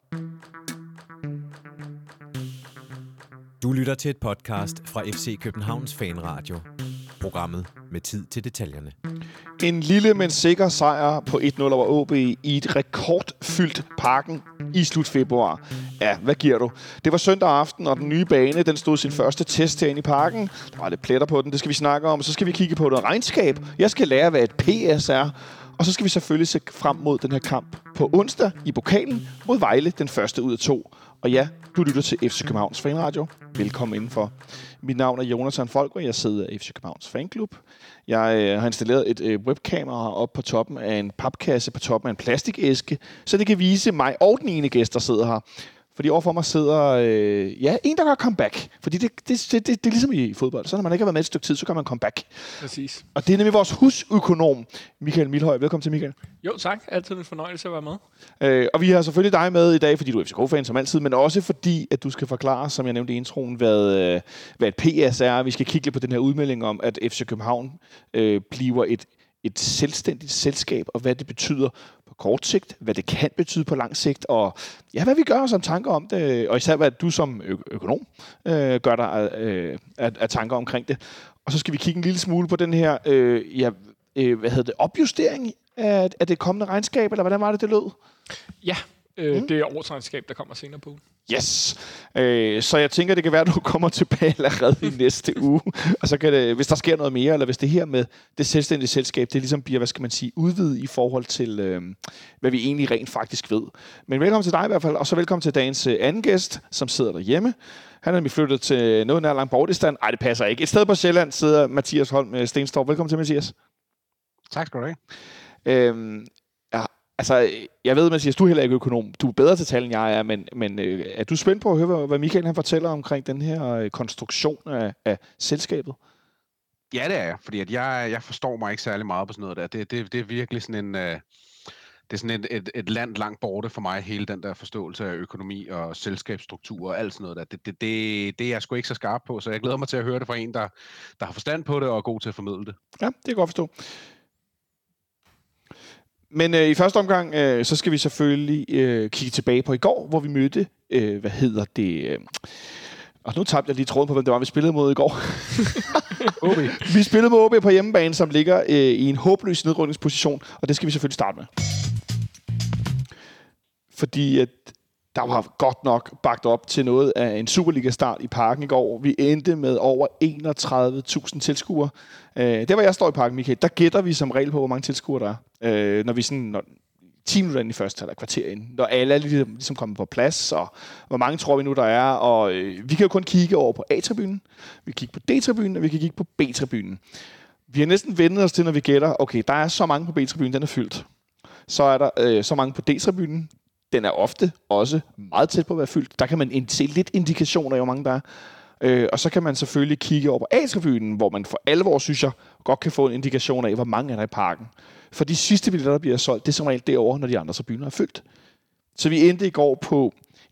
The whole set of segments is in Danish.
Du lytter til et podcast fra FC Københavns Fanradio. Programmet med tid til detaljerne. En lille, men sikker sejr på 1-0 over AB i et rekordfyldt Parken i slut februar. Ja, hvad giver du? Det var søndag aften, og den nye bane, den stod sin første test herinde i Parken. Der var lidt pletter på den, det skal vi snakke om. Så skal vi kigge på noget regnskab. Jeg skal lære, hvad et PS er. Og så skal vi selvfølgelig se frem mod den her kamp på onsdag i pokalen mod Vejle, den første ud af 2. Og ja, du lytter til FC Københavns Fanradio. Velkommen indenfor. Mit navn er Jonathan Folker, jeg sidder i FC Københavns Fanklub. Jeg har installeret et webkamera op på toppen af en papkasse, på toppen af en plastikæske, så det kan vise mig og den ene gæst, der sidder her. Fordi overfor mig sidder en, der gør comeback. Fordi det er ligesom i fodbold. Så når man ikke har været med et stykke tid, så gør man comeback. Præcis. Og det er nemlig vores husøkonom, Michael Milhøj. Velkommen til, Michael. Jo, tak. Altid en fornøjelse at være med. Og vi har selvfølgelig dig med i dag, fordi du er FCK-fan som altid, men også fordi, at du skal forklare, som jeg nævnte i introen, hvad et PS er. Vi skal kigge lidt på den her udmelding om, at FC København bliver et selvstændigt selskab, og hvad det betyder på kort sigt, hvad det kan betyde på lang sigt, og ja, hvad vi gør som tanker om det, og især hvad du som økonom gør dig af tanker omkring det. Og så skal vi kigge en lille smule på den her opjustering af det kommende regnskab, eller hvordan var det lød? Ja, det er årsregnskab, der kommer senere på. Yes. Så jeg tænker, det kan være, at du kommer tilbage allerede i næste uge. Og så kan det, hvis der sker noget mere, eller hvis det her med det selvstændige selskab, det ligesom bliver, hvad skal man sige, udvidet i forhold til, hvad vi egentlig rent faktisk ved. Men velkommen til dig i hvert fald, og så velkommen til dagens anden gæst, som sidder derhjemme. Han er nemlig flyttet til noget nær langt bortstand. Ej, det passer ikke. Et sted på Sjælland sidder Mathias Holm Stenstorp. Velkommen til, Mathias. Tak skal du have. Altså, jeg ved, Mathias, du er heller ikke økonom. Du er bedre til tal, end jeg er, men er du spændt på at høre, hvad Michael han fortæller omkring den her konstruktion af selskabet? Ja, det er jeg, fordi at jeg forstår mig ikke særlig meget på sådan noget der. Det er virkelig sådan en... det er sådan et land langt borte for mig, hele den der forståelse af økonomi og selskabsstruktur og alt sådan noget der. Det er jeg sgu ikke så skarp på, så jeg glæder mig til at høre det fra en, der har forstand på det og er god til at formidle det. Ja, det kan jeg godt forstå. Men i første omgang, så skal vi selvfølgelig kigge tilbage på i går, hvor vi mødte, og nu tabte jeg lige tråden på, hvem det var, vi spillede mod i går. OB. Vi spillede mod OB på hjemmebane, som ligger i en håbløs nedrykningsposition, og det skal vi selvfølgelig starte med. Fordi at der var godt nok bagt op til noget af en Superliga-start i Parken i går. Vi endte med over 31.000 tilskuere. Der hvor jeg står i Parken, Michael, der gætter vi som regel på, hvor mange tilskuere der er. Når vi sådan... 10 minutter ind i første eller kvarter ind, når alle er ligesom kommet på plads, og hvor mange tror vi nu, der er. Og vi kan jo kun kigge over på A-tribunen, vi kan kigge på D-tribunen, og vi kan kigge på B-tribunen. Vi har næsten vendt os til, når vi gætter, okay, der er så mange på B-tribunen, den er fyldt. Så er der så mange på D-tribunen, den er ofte også meget tæt på at være fyldt. Der kan man se lidt indikationer af, hvor mange der er. Og så kan man selvfølgelig kigge over på A-tribunen, hvor man for alvor, synes jeg, godt kan få en indikation af, hvor mange er der i Parken. For de sidste billetter, der bliver solgt, det er som regel derovre, når de andre tribuner er fyldt. Så vi endte i går på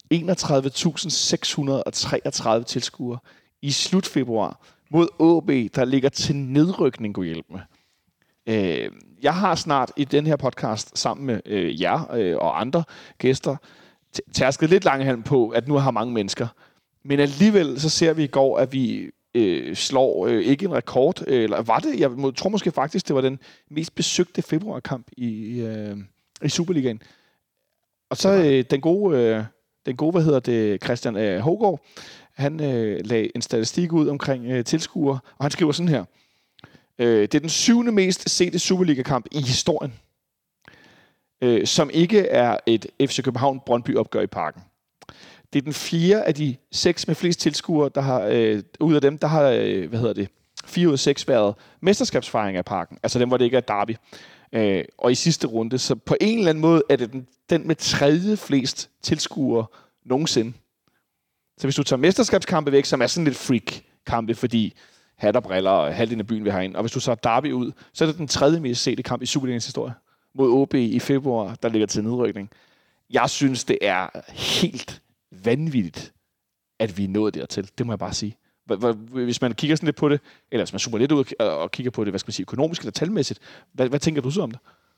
31.633 tilskuere i slut februar mod AB, der ligger til nedrykning, kunne hjælpe med. Jeg har snart i den her podcast sammen med jer og andre gæster tærsket lidt langhalm på, at nu har mange mennesker. Men alligevel så ser vi i går, at vi slår ikke en rekord, eller var det? Jeg tror måske faktisk, det var den mest besøgte februarkamp i Superligaen. Og så den gode, Christian Hougaard, han lagde en statistik ud omkring tilskuere, og han skriver sådan her. Det er den 7. mest sete Superliga-kamp i historien, som ikke er et FC København-Brøndby-opgør i Parken. Det er den 4. af de 6 med flest tilskuere, der har ud af dem, der har 4 ud af 6 været mesterskabsfejring af Parken. Altså dem, hvor det ikke er derby. Og i sidste runde, så på en eller anden måde er det den med 3. flest tilskuere nogensinde. Så hvis du tager mesterskabskampe væk, som er sådan lidt freak-kampe, fordi hat og briller og halvdelen af byen vil have ind, og hvis du tager derby ud, så er det den 3. mest sete kamp i Superligaens historie mod OB i februar, der ligger til nedrykning. Jeg synes, det er helt vanvittigt, at vi er nået dertil. Det må jeg bare sige. Hvis man kigger sådan lidt på det, eller hvis man zoomer lidt ud og kigger på det, hvad skal man sige, økonomisk eller talmæssigt, hvad tænker du så om det?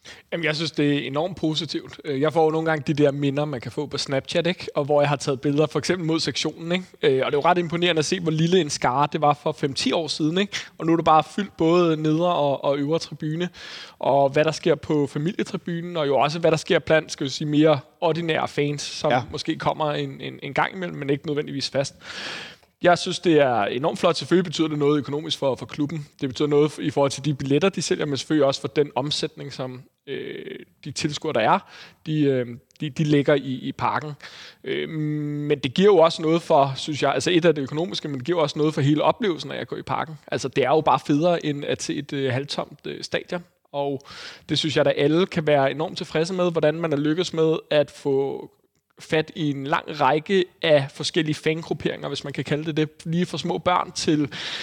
Jamen, jeg synes, det er enormt positivt. Jeg får jo nogle gange de der minder, man kan få på Snapchat, ikke? Og hvor jeg har taget billeder, for eksempel mod sektionen, ikke? Og det er jo ret imponerende at se, hvor lille en skare det var for 5-10 år siden, ikke? Og nu er det bare fyldt både nedre og øvre tribune, og hvad der sker på familietribunen, og jo også, hvad der sker blandt, skal vi sige, mere ordinære fans, som måske kommer en gang imellem, men ikke nødvendigvis fast. Jeg synes, det er enormt flot. Selvfølgelig betyder det noget økonomisk for klubben. Det betyder noget i forhold til de billetter, de sælger, men selvfølgelig også for den omsætning, som de tilskuere, der er, de ligger i parken. Men det giver jo også noget for, synes jeg, altså et af det økonomiske, men det giver også noget for hele oplevelsen af at gå i parken. Altså det er jo bare federe, end at se et halvtomt stadion. Og det synes jeg, at alle kan være enormt tilfredse med, hvordan man er lykkes med at få fat i en lang række af forskellige fangrupperinger, hvis man kan kalde det, lige fra små børn til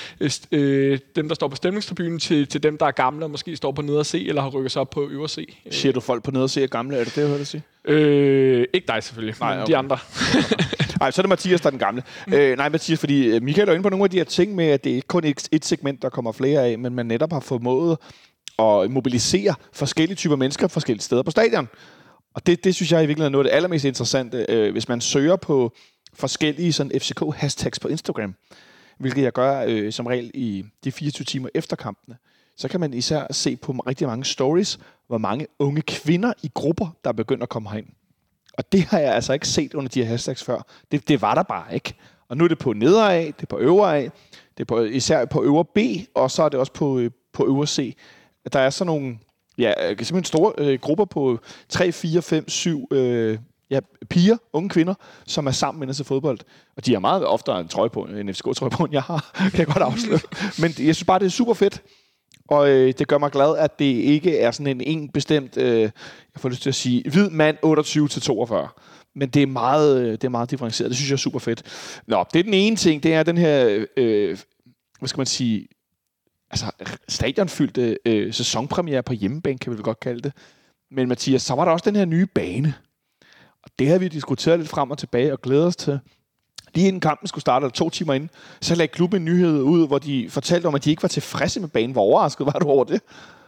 dem, der står på stemningstribunen, til dem, der er gamle og måske står på neder C, eller har rykket sig op på øvre C. Siger du folk på neder C er gamle? Er det det, jeg hørte dig sige? Ikke dig selvfølgelig, men okay. de andre. Nej, så er det Mathias, der er den gamle. Nej, Mathias, fordi Michael er inde på nogle af de her ting med, at det ikke kun er et segment, der kommer flere af, men man netop har formået at mobilisere forskellige typer mennesker forskellige steder på stadion. Og det synes jeg i virkeligheden er noget af det allermest interessante, hvis man søger på forskellige sådan FCK-hashtags på Instagram, hvilket jeg gør som regel i de 24 timer efter kampene, så kan man især se på rigtig mange stories, hvor mange unge kvinder i grupper, der er begyndt at komme herind. Og det har jeg altså ikke set under de her hashtags før. Det var der bare ikke. Og nu er det på nedre A, det er på øvre A, det er især på øvre B, og så er det også på øvre C. Der er sådan nogle simpelthen store grupper på 3, 4, 5, 7 piger, unge kvinder, som er sammen med til fodbold. Og de har meget oftere en trøje på, en FCK-trøje på, end jeg har, kan jeg godt afsløre. Men jeg synes bare, det er super fedt. Og det gør mig glad, at det ikke er sådan en bestemt, jeg får lyst til at sige, hvid mand 28-42. Men det er meget differentieret. Det synes jeg er super fedt. Nå, det er den ene ting. Det er den her, hvad skal man sige, altså stadionfyldte sæsonpremiere på hjemmebane, kan vi vel godt kalde det. Men Mathias, så var der også den her nye bane. Og det har vi diskuteret lidt frem og tilbage og glæder os til. Lige inden kampen skulle starte, eller 2 timer inden, så lagde klubben en nyhed ud, hvor de fortalte om, at de ikke var tilfredse med banen. Hvor overrasket var du over det?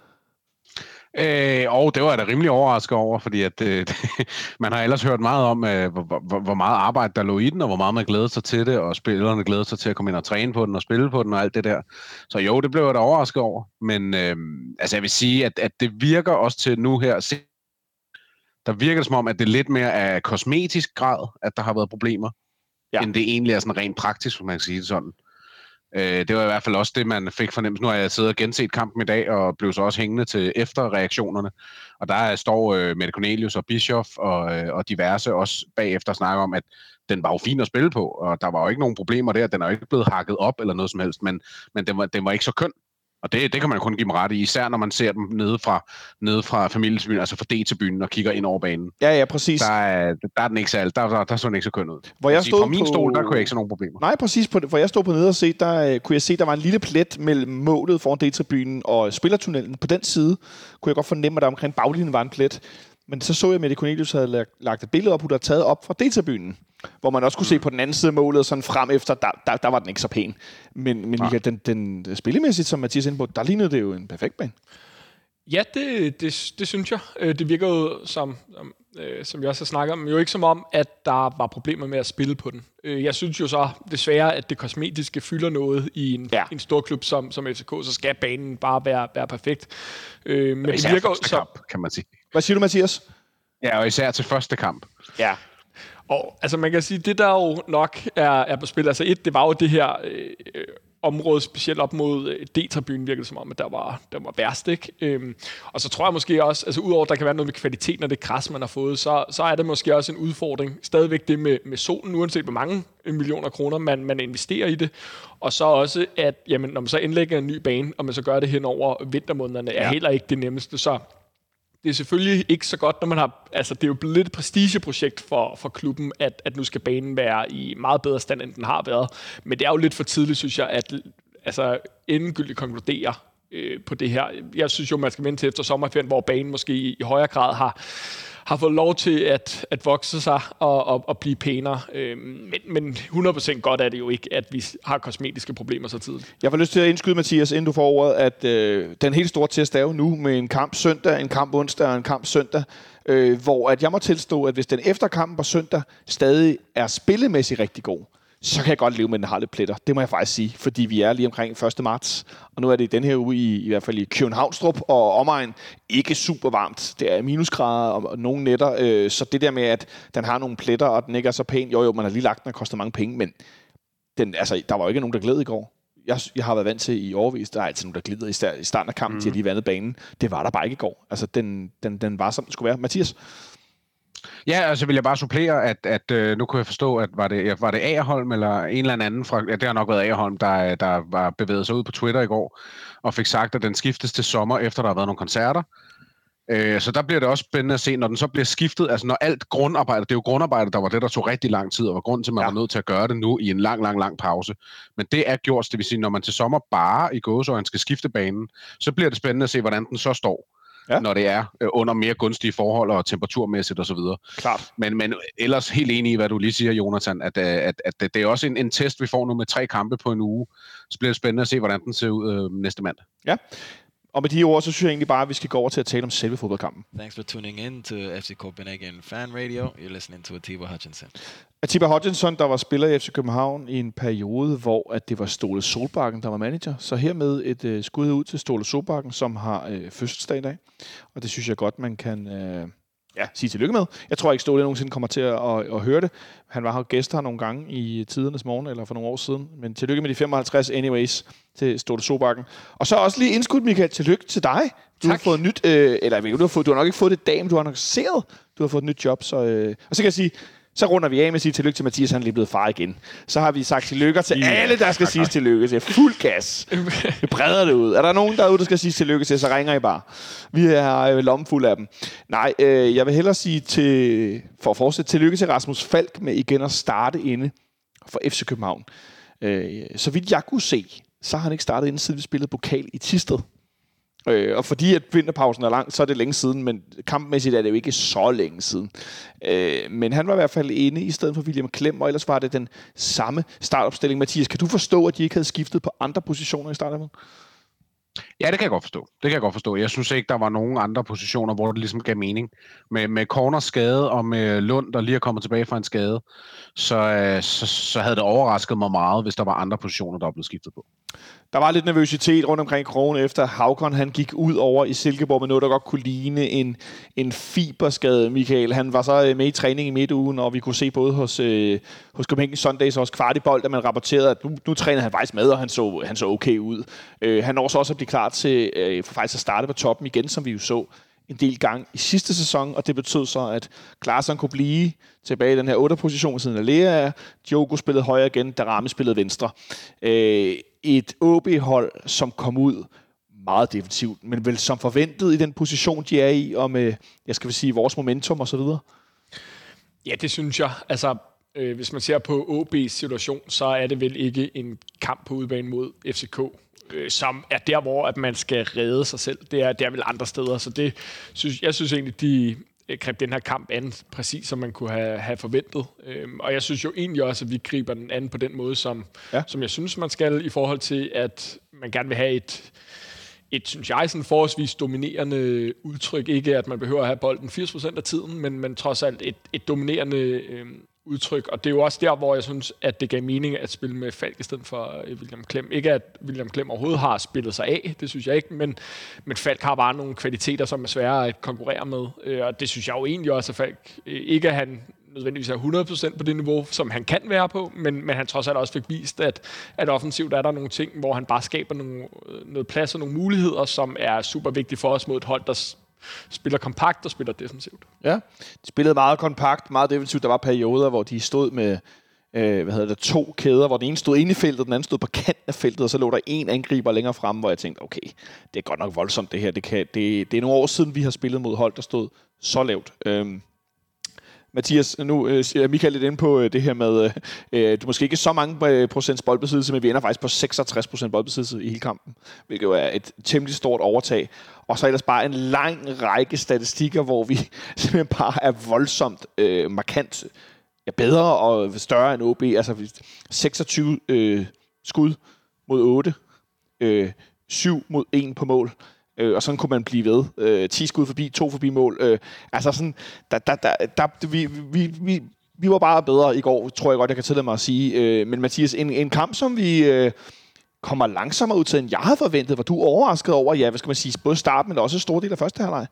Og det var jeg da rimelig overrasket over, fordi at, man har ellers hørt meget om, hvor meget arbejde der lå i den, og hvor meget man glæder sig til det, og spillerne glæder sig til at komme ind og træne på den, og spille på den, og alt det der. Så jo, det blev jeg da overrasket over. Men altså jeg vil sige, at det virker også til nu her, der virker det som om, at det er lidt mere af kosmetisk grad, at der har været problemer, end det egentlig er sådan rent praktisk, hvis man kan sige det sådan. Det var i hvert fald også det, man fik fornemmelse. Nu har jeg siddet og genset kampen i dag, og blev så også hængende til efterreaktionerne. Og der står Mette Cornelius og Bischoff og diverse også bagefter og snakker om, at den var jo fin at spille på, og der var jo ikke nogen problemer der. Den er jo ikke blevet hakket op eller noget som helst, men den var ikke så køn. Og det kan man jo kun give dem ret i, især når man ser dem nede fra familietribunen, altså fra D-tribunen og kigger ind over banen. Ja, præcis. Der er den ikke så alt. Der så den ikke så køn ud. Hvor jeg stod fra min stol, der kunne jeg ikke se nogen problemer. Nej, præcis. Hvor jeg stod på nede og se, der kunne jeg se, der var en lille plet mellem målet foran D-tribunen og spillertunnelen. På den side kunne jeg godt fornemme, at der omkring baglinjen var en plet. Men så jeg, at Mette Cornelius havde lagt et billede op, hun havde taget op fra D-tribunen, hvor man også kunne se på den anden side af målet, sådan frem efter, der var den ikke så pæn. Men Michael, den spillemæssigt, som Mathias inde på, der lignede det jo en perfekt bane. Ja, det synes jeg. Det virker jo som jeg også har snakket om, jo ikke som om, at der var problemer med at spille på den. Jeg synes jo så desværre, at det kosmetiske fylder noget i en stor klub som FCK, så skal banen bare være perfekt. Men især det virker første kamp, kan man sige. Hvad siger du, Mathias? Ja, og især til første kamp. Ja. Og altså man kan sige, det der jo nok er på spil, altså det var jo det her område, specielt op mod D-tribunen, virkede som om, at der var værst, ikke? Og så tror jeg måske også, altså udover at der kan være noget med kvaliteten af det græs, man har fået, så er det måske også en udfordring. Stadigvæk det med solen, uanset hvor mange millioner kroner man investerer i det. Og så også, at jamen, når man så indlægger en ny bane, og man så gør det hen over vintermånederne, er heller ikke det nemmeste. Så det er selvfølgelig ikke så godt, når man har... Altså, det er jo blevet lidt et prestigeprojekt for klubben, at nu skal banen være i meget bedre stand, end den har været. Men det er jo lidt for tidligt, synes jeg, at endegyldigt konkludere på det her. Jeg synes jo, man skal vente til efter sommerferien, hvor banen måske i højere grad har fået lov til at vokse sig og blive pænere. Men 100% godt er det jo ikke, at vi har kosmetiske problemer så tidligt. Jeg får lyst til at indskyde, Mathias, inden du får ordet, at den helt store test er jo nu med en kamp søndag, en kamp onsdag og en kamp søndag, hvor at jeg må tilstå, at hvis den efter kampen på søndag stadig er spillemæssigt rigtig god, så kan jeg godt leve med, at den har lidt pletter. Det må jeg faktisk sige, fordi vi er lige omkring 1. marts, og nu er det i den her uge, i hvert fald i Københavnstrup og omegn, ikke super varmt. Det er minusgrader og nogle nætter, så det der med, at den har nogle pletter, og den ikke er så pæn, jo, man har lige lagt den og koster mange penge, men der var jo ikke nogen, der gled i går. Jeg har været vant til i årevis, der er altid nogen, der glider i starten af kampen, de har lige vandet banen. Det var der bare ikke i går. Altså, den var, som den skulle være. Mathias? Ja, altså vil jeg bare supplere, at nu kunne jeg forstå, at var det Agerholm eller en eller anden fra, ja, det har nok været Agerholm, der var bevæget sig ud på Twitter i går, og fik sagt, at den skiftes til sommer, efter der har været nogle koncerter. Så der bliver det også spændende at se, når den så bliver skiftet, altså når alt grundarbejde, det er jo grundarbejde, der var det, der tog rigtig lang tid, og var grund til, at man var nødt til at gøre det nu i en lang pause. Men det er gjort, det vil sige, når man til sommer bare i gåseøjne skal skifte banen, så bliver det spændende at se, hvordan den så står. Ja. Når det er under mere gunstige forhold og temperaturmæssigt osv. Klart. Men ellers helt enig i, hvad du lige siger, Jonathan, at det er også en test, vi får nu med 3 kampe på en uge. Så bliver det spændende at se, hvordan den ser ud næste mandag. Ja. Og med de ord, så synes jeg egentlig bare, at vi skal gå over til at tale om selve fodboldkampen. Thanks for tuning in to FC Copenhagen Fan Radio. You're listening to Atiba Hutchinson. Atiba Hutchinson, der var spiller i FC København i en periode, hvor at det var Ståle Solbakken, der var manager. Så hermed et skud ud til Ståle Solbakken, som har fødselsdag i dag. Og det synes jeg godt, man kan sige tillykke med. Jeg tror ikke, Ståle nogensinde kommer til at høre det. Han var her gæster nogle gange i tidernes morgen, eller for nogle år siden. Men tillykke med de 55 anyways til Ståle Solbakken. Og så også lige indskudt, Michael, tillykke til dig. Du har fået nyt, du har nok ikke fået det i dag, men du har annonceret, du har fået et nyt job. Så, og så kan jeg sige, så runder vi af med at sige tillykke til Mathias, han er lige blevet far igen. Så har vi sagt tillykke til alle, der skal sige tillykke til. Fuld gas. Vi breder det ud. Er der nogen derude, der skal sige tillykke til, så ringer I bare. Vi er lommefuld af dem. Nej, jeg vil hellere sige for at fortsætte tillykke til Rasmus Falk med igen at starte inde for FC København. Så vidt jeg kunne se, så har han ikke startet inden siden vi spillede pokal i Thisted. Og fordi at vinterpausen er lang, så er det længe siden, men kampmæssigt er det jo ikke så længe siden. Men han var i hvert fald inde i stedet for William Klem, og ellers var det den samme startopstilling. Mathias, kan du forstå, at de ikke havde skiftet på andre positioner i starten? Ja, det kan jeg godt forstå. Jeg synes ikke, der var nogen andre positioner, hvor det ligesom gav mening. Med Corners skade og med Lund, der lige er kommet tilbage fra en skade, så havde det overrasket mig meget, hvis der var andre positioner, der var blevet skiftet på. Der var lidt nervøsitet rundt omkring krogen efter Haukon, han gik ud over i Silkeborg med noget, der godt kunne ligne en fiberskade, Michael. Han var så med i træning i midtugen, og vi kunne se både hos Copenhagen Sundays og hos Kvartibold, da man rapporterede, at nu træner han faktisk med, og han så okay ud. Han når så også at blive klar til faktisk at starte på toppen igen, som vi jo så en del gang i sidste sæson, og det betød så, at Klaarsson kunne blive tilbage i den her 8-position siden af Lea. Diogo spillede højre igen, Darami spillede venstre. Et OB-hold, som kom ud meget defensivt, men vel som forventet i den position, de er i, og med, vores momentum og så videre. Ja, det synes jeg. Altså, hvis man ser på OB's situation, så er det vel ikke en kamp på udebane mod FCK, som er der, hvor at man skal redde sig selv. Det er vel andre steder, så jeg synes egentlig, de greb den her kamp an, præcis som man kunne have forventet. Og jeg synes jo egentlig også, at vi griber den an på den måde, som jeg synes, man skal, i forhold til, at man gerne vil have et synes jeg, sådan forholdsvis dominerende udtryk. Ikke, at man behøver at have bolden 80% af tiden, men trods alt et dominerende udtryk. Og det er jo også der, hvor jeg synes, at det gav mening at spille med Falk i stedet for William Klem. Ikke at William Klem overhovedet har spillet sig af, det synes jeg ikke, men Falk har bare nogle kvaliteter, som er svære at konkurrere med. Og det synes jeg jo egentlig også, at Falk ikke, at han nødvendigvis er 100% på det niveau, som han kan være på, men han trods alt også fik vist, at offensivt er der nogle ting, hvor han bare skaber noget plads og nogle muligheder, som er super vigtige for os mod et hold, der spiller kompakt og spiller defensivt. Ja, de spillede meget kompakt, meget defensivt. Der var perioder, hvor de stod med 2 kæder, hvor den ene stod inde i feltet, den anden stod på kanten af feltet, og så lå der en angriber længere fremme, hvor jeg tænkte, okay, det er godt nok voldsomt det her. Det er nogle år siden, vi har spillet mod hold, der stod så lavt. Mathias, nu siger Michael lidt inde på det her med, du måske ikke så mange procents boldbesiddelse, men vi ender faktisk på 66% boldbesiddelse i hele kampen, hvilket jo er et temmelig stort overtag. Og så ellers bare en lang række statistikker, hvor vi simpelthen bare er voldsomt markant bedre og større end OB. Altså 26 skud mod 8, 7 mod 1 på mål. Og sådan kunne man blive ved. 10 skud forbi, 2 forbi mål. Altså sådan, vi var bare bedre i går, tror jeg godt, jeg kan tillade mig at sige. Men Mathias, en kamp, som vi kommer langsommere ud til, end jeg havde forventet. Var du overrasket over, ja, hvad skal man sige, både starten, men også en stor del af første halvleg?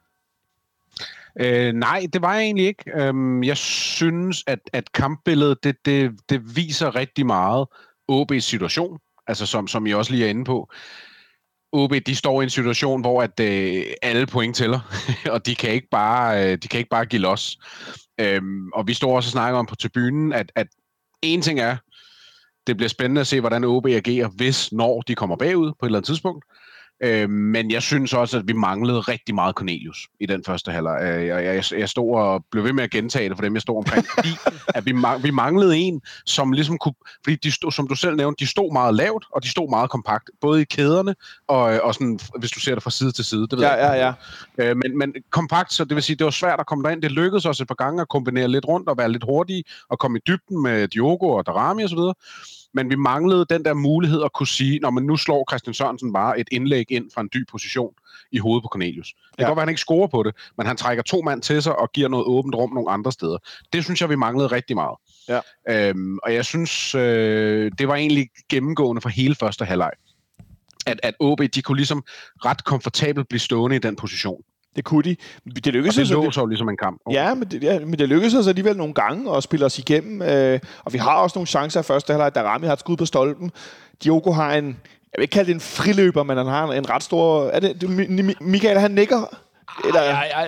Nej, det var jeg egentlig ikke. Jeg synes, at kampbilledet, det viser rigtig meget OB's situation. Altså som I også lige er inde på. OB, de står i en situation, hvor at alle point tæller, og de kan ikke bare give los. Og vi står også og snakker om på tribunen, at en ting er, det bliver spændende at se, hvordan OB agerer, når de kommer bagud på et eller andet tidspunkt. Men jeg synes også, at vi manglede rigtig meget Cornelius i den første halvleg. Jeg stod og blev ved med at gentage det for dem, jeg stod omkring, fordi at vi manglede en, som ligesom kunne... Fordi de stod, som du selv nævnte, de stod meget lavt, og de stod meget kompakt. Både i kæderne, og sådan, hvis du ser det fra side til side. Det ved jeg. Men kompakt, så det vil sige, det var svært at komme derind. Det lykkedes også et par gange at kombinere lidt rundt og være lidt hurtige, og komme i dybden med Diogo og Darami osv. Men vi manglede den der mulighed at kunne sige, når man nu slår Christian Sørensen bare et indlæg ind fra en dyb position i hovedet på Cornelius. Det kan godt være, han ikke scorer på det, men han trækker 2 mand til sig og giver noget åbent rum nogle andre steder. Det synes jeg, vi manglede rigtig meget. Ja. Og jeg synes, det var egentlig gennemgående for hele første halvleg. At OB, de kunne ligesom ret komfortabelt blive stående i den position. Det kunne de. Det lykkedes og det lå så ligesom en kamp. Ja, men det lykkedes os alligevel nogle gange at spille os igennem. Og vi har også nogle chancer i første halvleg. Darami har et skud på stolpen. Diogo har en, jeg vil ikke kalde det en friløber, men han har en ret stor... Er det Michael, han nikker? Eller,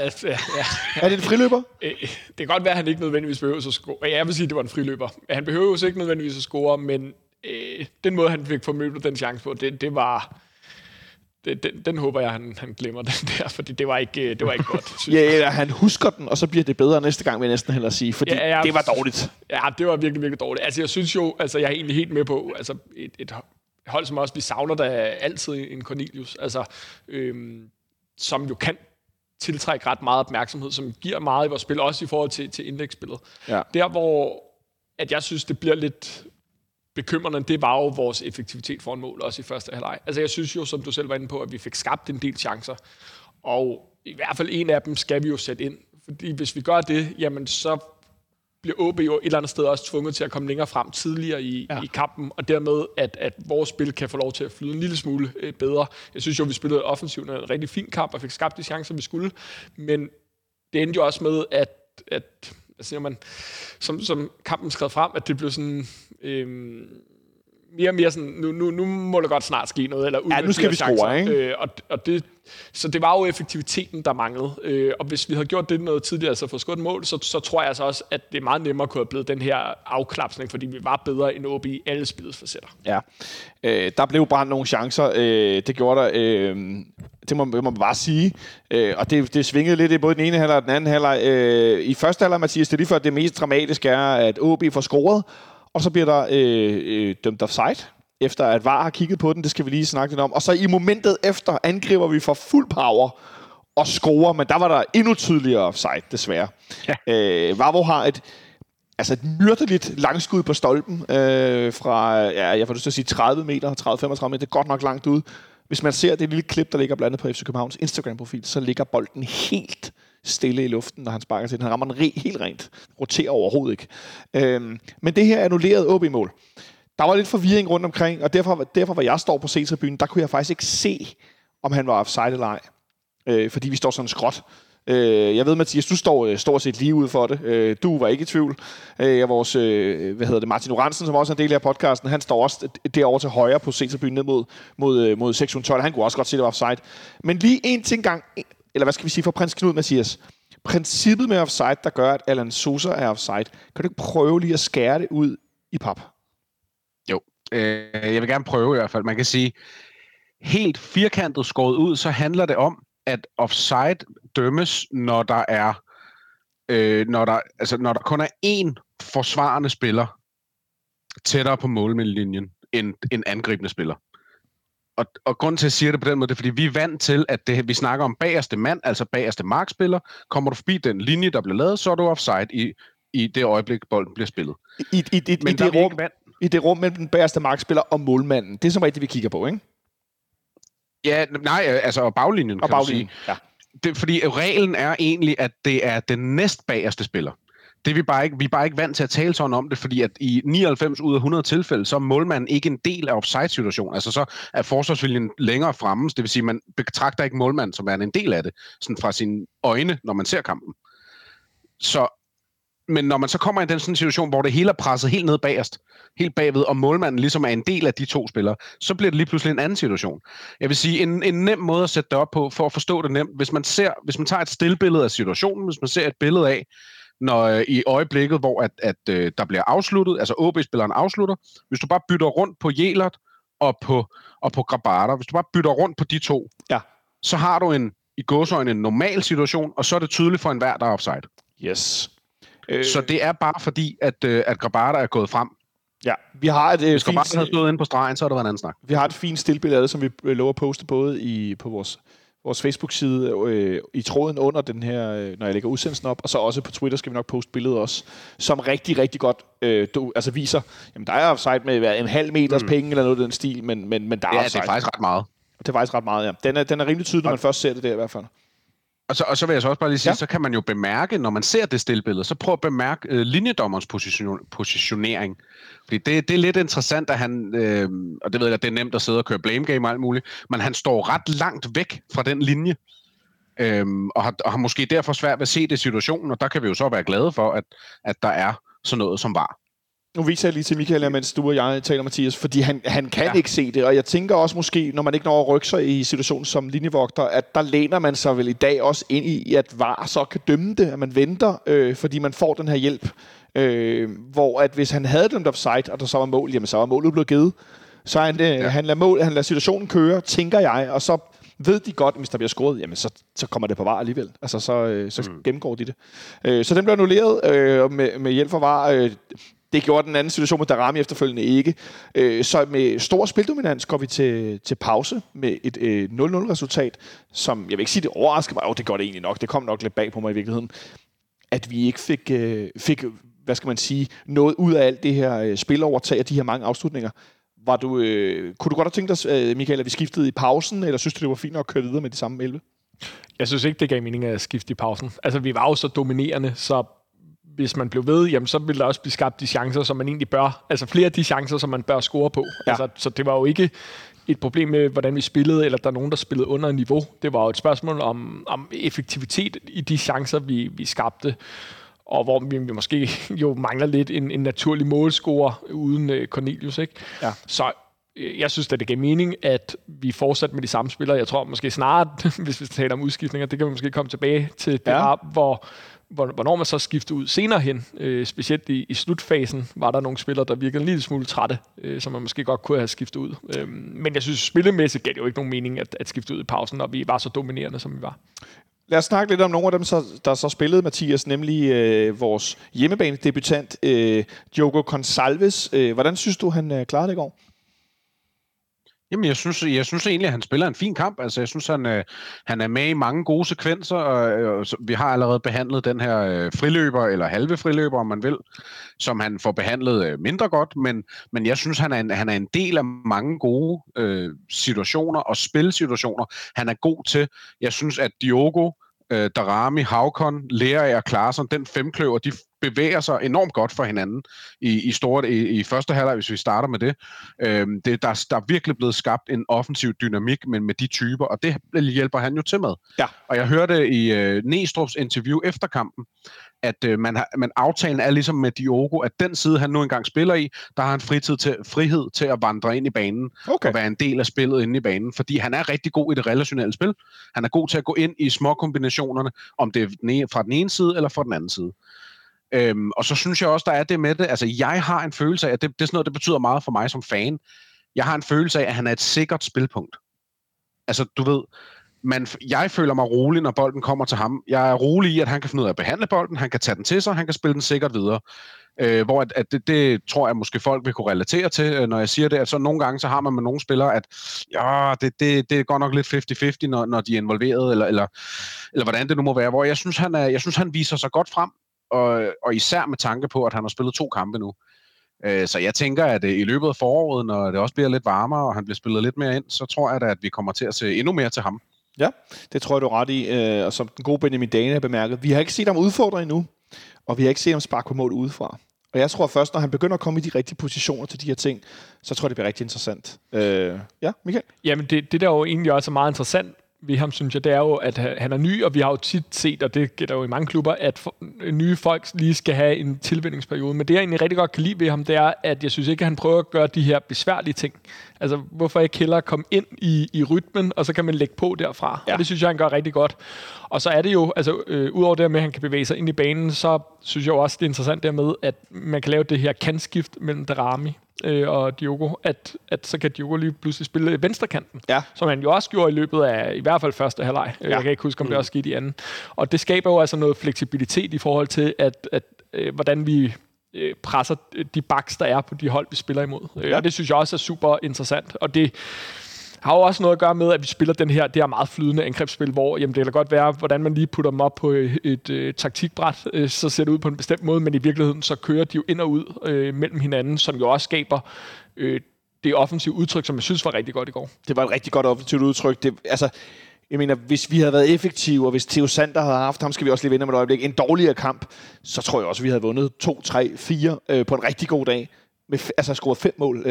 er det en friløber? Det kan godt være, at han ikke nødvendigvis behøver at score. Jeg vil sige, at det var en friløber. Han behøver jo ikke nødvendigvis at score, men den måde, han fik formøblet den chance på, det var... Den håber jeg, han glemmer den der, fordi det var ikke godt. Eller han husker den, og så bliver det bedre næste gang, vil jeg næsten hellere sige, fordi det var dårligt. Ja, det var virkelig, virkelig dårligt. Altså, jeg synes jo, jeg er egentlig helt med på, altså, et hold som også, vi savner da altid en Cornelius, altså, som jo kan tiltrække ret meget opmærksomhed, som giver meget i vores spil, også i forhold til indlægsspillet. Ja. Der, hvor at jeg synes, det bliver lidt... bekymrende, det var jo vores effektivitet for en mål, også i første halvleg. Altså jeg synes jo, som du selv var inde på, at vi fik skabt en del chancer, og i hvert fald en af dem skal vi jo sætte ind, fordi hvis vi gør det, jamen så bliver OB jo et eller andet sted også tvunget til at komme længere frem tidligere i kampen, og dermed, at vores spil kan få lov til at flyde en lille smule bedre. Jeg synes jo, vi spillede offensivt en rigtig fin kamp, og fik skabt de chancer, vi skulle, men det endte jo også med, at siger man, som kampen skred frem, at det blev sådan mere og mere sådan, nu må der godt snart ske noget, eller nu skal vi score, ikke? Så det var jo effektiviteten, der manglede. Og hvis vi havde gjort det noget tidligere, altså få skudt mål, så tror jeg altså også, at det er meget nemmere kunne have blevet den her afklapsning, fordi vi var bedre end OB i alle spillets facetter. Ja, der blev brændt nogle chancer. Det gjorde der. Det må man bare sige. Og det svingede lidt i både den ene halvleg og den anden halvleg. I første halvleg, Mathias, det er lige før det mest dramatiske er, at OB får scoret, og så bliver der dømt offside, efter at VAR har kigget på den. Det skal vi lige snakke lidt om. Og så i momentet efter angriber vi for fuld power og scorer, men der var der endnu tydeligere offside, desværre. Ja. Vavro har et myrdeligt langskud på stolpen fra, jeg får lyst til at sige 30 meter, 30-35 meter. Det er godt nok langt ud. Hvis man ser det lille klip, der ligger blandet på FC Københavns Instagram-profil, så ligger bolden helt stille i luften, når han sparker til den. Han rammer den helt rent. Roterer overhovedet ikke. Men det her annullerede OB-mål. Der var lidt forvirring rundt omkring, og derfor hvor jeg står på C-tribunen, der kunne jeg faktisk ikke se, om han var offside eller ej. Fordi vi står sådan skråt. Jeg ved, Mathias, du står stort set lige ude for det. Du var ikke i tvivl. Vores Martin Oransen, som også er en del af podcasten, han står også derovre til højre på C-tribunen ned mod sektion 12. Han kunne også godt se, det var offside. Men lige en ting gang, eller hvad skal vi sige for prins Knud, Mathias? Princippet med offside, der gør, at Alan Sosa er offside. Kan du ikke prøve lige at skære det ud i pap? Jo, jeg vil gerne prøve i hvert fald. Man kan sige, helt firkantet skåret ud, så handler det om, at offside dømmes, når der er når der kun er én forsvarende spiller tættere på målmiddellinjen end en angribende spiller. Og grunden til, at jeg siger det på den måde, det er, fordi vi er vant til, at vi snakker om bagerste mand, altså bagerste markspiller. Kommer du forbi den linje, der bliver lavet, så er du offside i det øjeblik, bolden bliver spillet. I det rum mellem den bagerste markspiller og målmanden. Det er som rigtigt, vi kigger på, ikke? Ja, nej, altså baglinjen, kan du sige. Ja. Det, fordi reglen er egentlig, at det er den næstbagerste spiller. Vi er bare ikke vant til at tale sådan om det, fordi at i 99 ud af 100 tilfælde, så er målmanden ikke en del af offside-situationen. Altså så er forsvarsviljen længere fremme, det vil sige, at man betragter ikke målmanden som en del af det, sådan fra sine øjne, når man ser kampen. Men når man så kommer i den sådan situation, hvor det hele er presset helt ned bagerst, helt bagved, og målmanden ligesom er en del af de to spillere, så bliver det lige pludselig en anden situation. Jeg vil sige, en nem måde at sætte det op på, for at forstå det nemt, hvis man tager et stillbillede af situationen, hvis man ser et billede af, når i øjeblikket, hvor at der bliver afsluttet, altså OB-spilleren afslutter, hvis du bare bytter rundt på Jelert og på Grabara, hvis du bare bytter rundt på de to, så har du i gåseøjne en normal situation, og så er det tydeligt for enhver, der er offside. Yes. Så det er bare fordi, at Grabara er gået frem. Ja, vi har et hvis Grabara havde stået inde på stregen, så er det været en anden snak. Vi har et fint stillbillede, som vi lover at poste både på vores Facebook-side i tråden under den her, når jeg lægger udsendelsen op, og så også på Twitter skal vi nok poste billedet også, som rigtig, rigtig godt viser, jamen der er offside med en halv meters penge eller noget af den stil, men der er offside. Det er faktisk ret meget. Det er faktisk ret meget, ja. Den er rimelig tydelig, når man først ser det der i hvert fald. Og så vil jeg så også bare lige sige, så kan man jo bemærke, når man ser det stillbillede, så prøv at bemærke linjedommerens positionering. Fordi det er lidt interessant, at han, og det ved jeg, at det er nemt at sidde og køre blame game og alt muligt, men han står ret langt væk fra den linje, og har måske derfor svært ved at se det situationen, og der kan vi jo så være glade for, at der er sådan noget som var. Nu viser jeg lige til Michael, mens du og jeg taler, Mathias, fordi han kan ikke se det, og jeg tænker også måske, når man ikke når at rykke sig i situationen som linjevogter, at der læner man sig vel i dag også ind i, at VAR så kan dømme det, at man venter, fordi man får den her hjælp. Hvor at hvis han havde dømt offside, og der så var mål, jamen så var målet blevet givet. Så han lader situationen køre, tænker jeg, og så ved de godt, hvis der bliver scoret, jamen så kommer det på VAR alligevel. Altså så gennemgår de det. Så den blev annulleret med hjælp fra VAR. Det gjorde den anden situation med Darami efterfølgende ikke. Så med stor spildominans går vi til pause med et 0-0-resultat, som, jeg vil ikke sige, det overrasker mig. Det gør det egentlig nok. Det kom nok lidt bag på mig i virkeligheden. At vi ikke fik hvad skal man sige, noget ud af alt det her spilovertag og de her mange afslutninger. Kunne du godt have tænkt dig, Michael, at vi skiftede i pausen, eller synes du, det var fint at køre videre med de samme 11? Jeg synes ikke, det gav mening at skifte i pausen. Altså, vi var jo så dominerende, så hvis man blev ved, jamen, så ville der også blive skabt de chancer, som man egentlig bør. Altså flere af de chancer, som man bør score på. Ja. Altså, så det var jo ikke et problem med, hvordan vi spillede, eller der er nogen, der spillede under niveau. Det var jo et spørgsmål om effektivitet i de chancer, vi skabte. Og hvor vi måske jo mangler lidt en naturlig målscorer uden Cornelius, ikke? Ja. Så jeg synes, at det gav mening, at vi fortsatte med de samme spillere. Jeg tror måske snart, hvis vi taler om udskiftninger, det kan vi måske komme tilbage til, hvornår man så skifter ud senere hen. Specielt i slutfasen var der nogle spillere, der virkede en lille smule trætte, som man måske godt kunne have skiftet ud. Men jeg synes, spillemæssigt gav det jo ikke nogen mening at skifte ud i pausen, når vi var så dominerende, som vi var. Lad os snakke lidt om nogle af dem, der så spillede, Mathias, nemlig vores hjemmebane-debutant, Diogo Gonçalves. Hvordan synes du, han klarede det i går? Jamen, jeg synes egentlig, at han spiller en fin kamp. Altså, jeg synes, han er med i mange gode sekvenser, og vi har allerede behandlet den her friløber, eller halve friløber, om man vil, som han får behandlet mindre godt, men jeg synes, han er en del af mange gode situationer og spilsituationer. Han er god til. Jeg synes, at Diogo, Darami, Haukon, Lerager og Klaarsson, den femkløver, de bevæger sig enormt godt for hinanden i første halvleg, hvis vi starter med det. Der er virkelig blevet skabt en offensiv dynamik med de typer, og det hjælper han jo til med. Ja. Og jeg hørte i Næstrup's interview efter kampen, at aftalen er ligesom med Diogo, at den side, han nu engang spiller i, der har han frihed til at vandre ind i banen og være en del af spillet inde i banen, fordi han er rigtig god i det relationelle spil. Han er god til at gå ind i små kombinationerne, om det er fra den ene side eller fra den anden side. Og så synes jeg også, der er det med det. Altså, jeg har en følelse af, at det er sådan noget, det betyder meget for mig som fan. Jeg har en følelse af, at han er et sikkert spilpunkt. Altså, du ved, Men jeg føler mig rolig, når bolden kommer til ham. Jeg er rolig i, at han kan finde ud af at behandle bolden, han kan tage den til sig, han kan spille den sikkert videre. Hvor det tror jeg måske folk vil kunne relatere til, når jeg siger det, at så nogle gange så har man med nogle spillere, at ja, det går nok lidt 50-50, når de er involveret, eller hvordan det nu må være. Hvor jeg synes, han viser sig godt frem, og især med tanke på, at han har spillet 2 kampe nu. Så jeg tænker, at i løbet af foråret, når det også bliver lidt varmere, og han bliver spillet lidt mere ind, så tror jeg da, at vi kommer til at se endnu mere til ham. Ja, det tror jeg, du er ret i. Og som den gode Benjamin Dane har bemærket, vi har ikke set ham udfordre endnu, og vi har ikke set ham sparke på mål udefra. Og jeg tror først, når han begynder at komme i de rigtige positioner til de her ting, så tror jeg, det bliver rigtig interessant. Ja, Michael? Jamen, det der jo egentlig også er meget interessant ved ham, synes jeg, det er jo, at han er ny, og vi har jo tit set, og det gælder jo i mange klubber, at nye folk lige skal have en tilvændingsperiode. Men det, jeg egentlig rigtig godt kan lide ved ham, det er, at jeg synes ikke, at han prøver at gøre de her besværlige ting. Altså, hvorfor ikke hellere komme ind i rytmen, og så kan man lægge på derfra. Ja. Og det synes jeg, han gør rigtig godt. Og så er det jo, altså, udover det med, at han kan bevæge sig ind i banen, så synes jeg jo også, det er interessant dermed, at man kan lave det her kantskift mellem Daramy og Diogo, at så kan Diogo lige pludselig spille venstrekanten, som han jo også gjorde i løbet af i hvert fald første halvleg. Jeg kan ikke huske, om det også skete i anden. Og det skaber jo altså noget fleksibilitet i forhold til, at hvordan vi presser de backs, der er på de hold, vi spiller imod. Og det synes jeg også er super interessant. Og det har jo også noget at gøre med, at vi spiller det her meget flydende angrebsspil, hvor det kan godt være, hvordan man lige putter dem op på et taktikbræt, så ser det ud på en bestemt måde, men i virkeligheden så kører de jo ind og ud mellem hinanden, som jo også skaber det offensive udtryk, som jeg synes var rigtig godt i går. Det var et rigtig godt offensivt udtryk. Jeg mener, hvis vi havde været effektive, og hvis Theo Sander havde haft ham, skal vi også lige vinde med et øjeblik, en dårligere kamp, så tror jeg også, at vi havde vundet 2, 3, 4 på en rigtig god dag. Scoret 5 mål.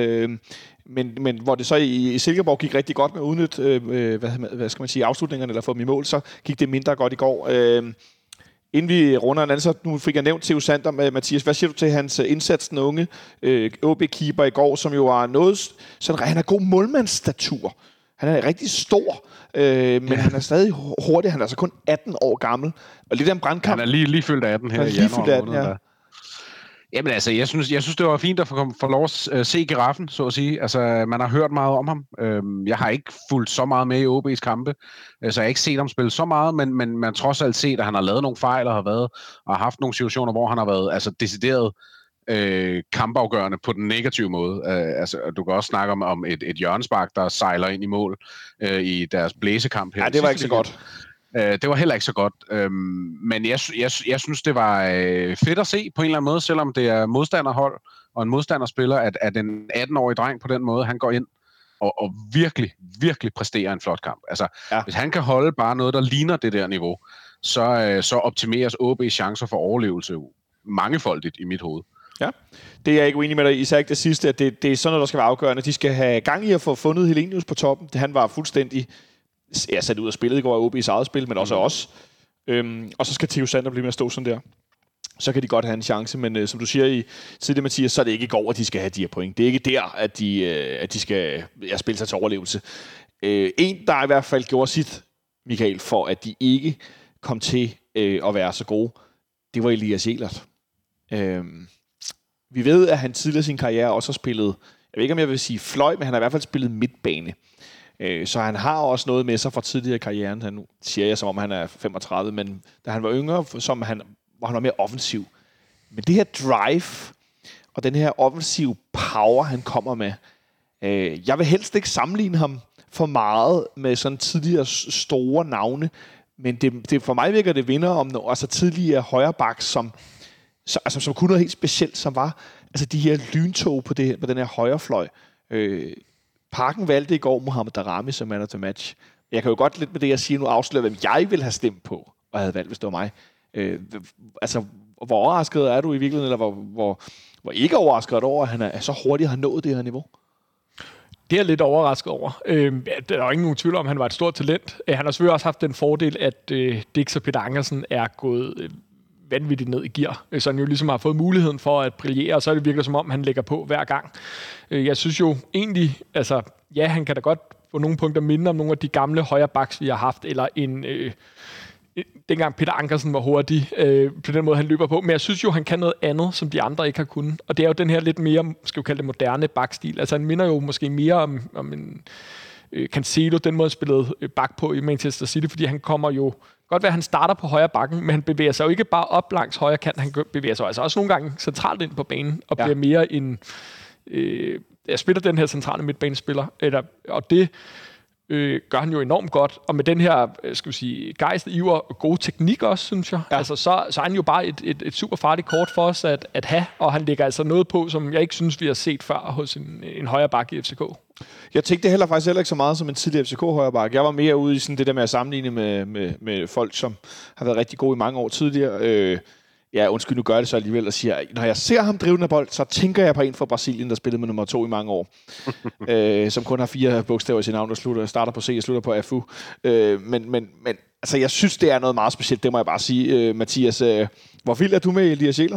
Men hvor det så i Silkeborg gik rigtig godt med at udnytte, hvad skal man sige, afslutningerne, eller få dem i mål, så gik det mindre godt i går. Inden vi runder en anden, så nu fik jeg nævnt Theo Sander med Mathias. Hvad siger du til hans indsats, den unge OB-keeper i går, som jo var noget sådan, han har god målmandsstatur. Han er rigtig stor, men han er stadig hurtig. Han er altså kun 18 år gammel. Og lidt af en brandkamp. Han er lige fyldt 18 her i januar måned. Ja. Jamen altså, jeg synes det var fint at få lov at se giraffen, så at sige. Altså, man har hørt meget om ham. Jeg har ikke fulgt så meget med i OB's kampe, så jeg har ikke set ham spille så meget, men man har trods alt set, at han har lavet nogle fejl og har haft nogle situationer, hvor han har været altså decideret kampafgørende på den negative måde. Altså, du kan også snakke om et hjørnespark, der sejler ind i mål i deres blæsekamp her. Ja, det var ikke så godt. Det var heller ikke så godt, men jeg synes, det var fedt at se på en eller anden måde, selvom det er modstanderhold og en modstanderspiller, at en 18-årig dreng på den måde, han går ind og virkelig, virkelig præsterer en flot kamp. Altså, hvis han kan holde bare noget, der ligner det der niveau, så optimeres OB's chancer for overlevelse mangefoldigt i mit hoved. Ja, det er jeg ikke uenig med dig, især ikke det sidste, at det er sådan noget, der skal være afgørende. De skal have gang i at få fundet Helenius på toppen. Han var fuldstændig sat ud og spillet i går af OB's eget spil, men også os. Og så skal Theo Sander blive med at stå sådan der. Så kan de godt have en chance, men som du siger i tidligere, Mathias, så er det ikke i går, at de skal have de her point. Det er ikke der, at de skal spille sig til overlevelse. En, der i hvert fald gjorde sit, Michael, for at de ikke kom til at være så gode, det var Elias Jelert. Vi ved, at han tidligere i sin karriere også har spillet, jeg ved ikke, om jeg vil sige fløj, men han har i hvert fald spillet midtbane. Så han har også noget med sig fra tidligere i karrieren. Nu siger jeg, som om han er 35, men da han var yngre, hvor han var mere offensiv. Men det her drive og den her offensive power, han kommer med, jeg vil helst ikke sammenligne ham for meget med sådan tidligere store navne, men det for mig virker det vinder om altså tidligere højrebacks, som kunne noget helt specielt, som var altså de her lyntog på den her højrefløj. Parken valgte i går Mohamed Daramy som man of the match. Jeg kan jo godt lidt med det, jeg siger nu, afsløre, hvem jeg ville have stemt på, og havde valgt, hvis det var mig. Hvor overrasket er du i virkeligheden, eller hvor ikke overrasket er du over, at han er så hurtigt har nået det her niveau? Det er jeg lidt overrasket over. Der er jo ingen tvivl om, at han var et stort talent. Han har selvfølgelig også haft den fordel, at Dix og Peter Ankersen er gået vanvittigt ned i gear, så han jo ligesom har fået muligheden for at brillere, og så er det virkelig som om, han lægger på hver gang. Jeg synes jo egentlig, altså, ja, han kan da godt på nogle punkter minde om nogle af de gamle højre backs, vi har haft, eller dengang Peter Ankersen var hurtig, på den måde, han løber på. Men jeg synes jo, han kan noget andet, som de andre ikke har kunnet. Og det er jo den her lidt mere, skal vi kalde det, moderne backstil. Altså, han minder jo måske mere om Cancelo, den måde spillede bak på i Manchester City, fordi han kommer jo, godt være, at han starter på højre bakken, men han bevæger sig jo ikke bare op langs højre kant, han bevæger sig altså også nogle gange centralt ind på banen, og bliver mere en... jeg spiller den her centrale midtbanespiller, og det gør han jo enormt godt, og med den her, skal vi sige, gejst, iver og gode teknik også, synes jeg. Ja. Altså, så er han jo bare et super farligt kort for os at have, og han lægger altså noget på, som jeg ikke synes, vi har set før hos en højre back i FCK. Jeg tænkte det faktisk heller ikke så meget som en tidligere FCK højre back. Jeg var mere ude i sådan det der med at sammenligne med folk, som har været rigtig gode i mange år tidligere. Ja, undskyld, nu gør det så alligevel og siger, når jeg ser ham drive en bold, så tænker jeg på en fra Brasilien, der spillede med nummer 2 i mange år. Som kun har 4 bogstaver i sin navn, der starter på C og slutter på FU. Men altså, jeg synes, det er noget meget specielt, det må jeg bare sige. Mathias, hvor vild er du med Elias Jäger?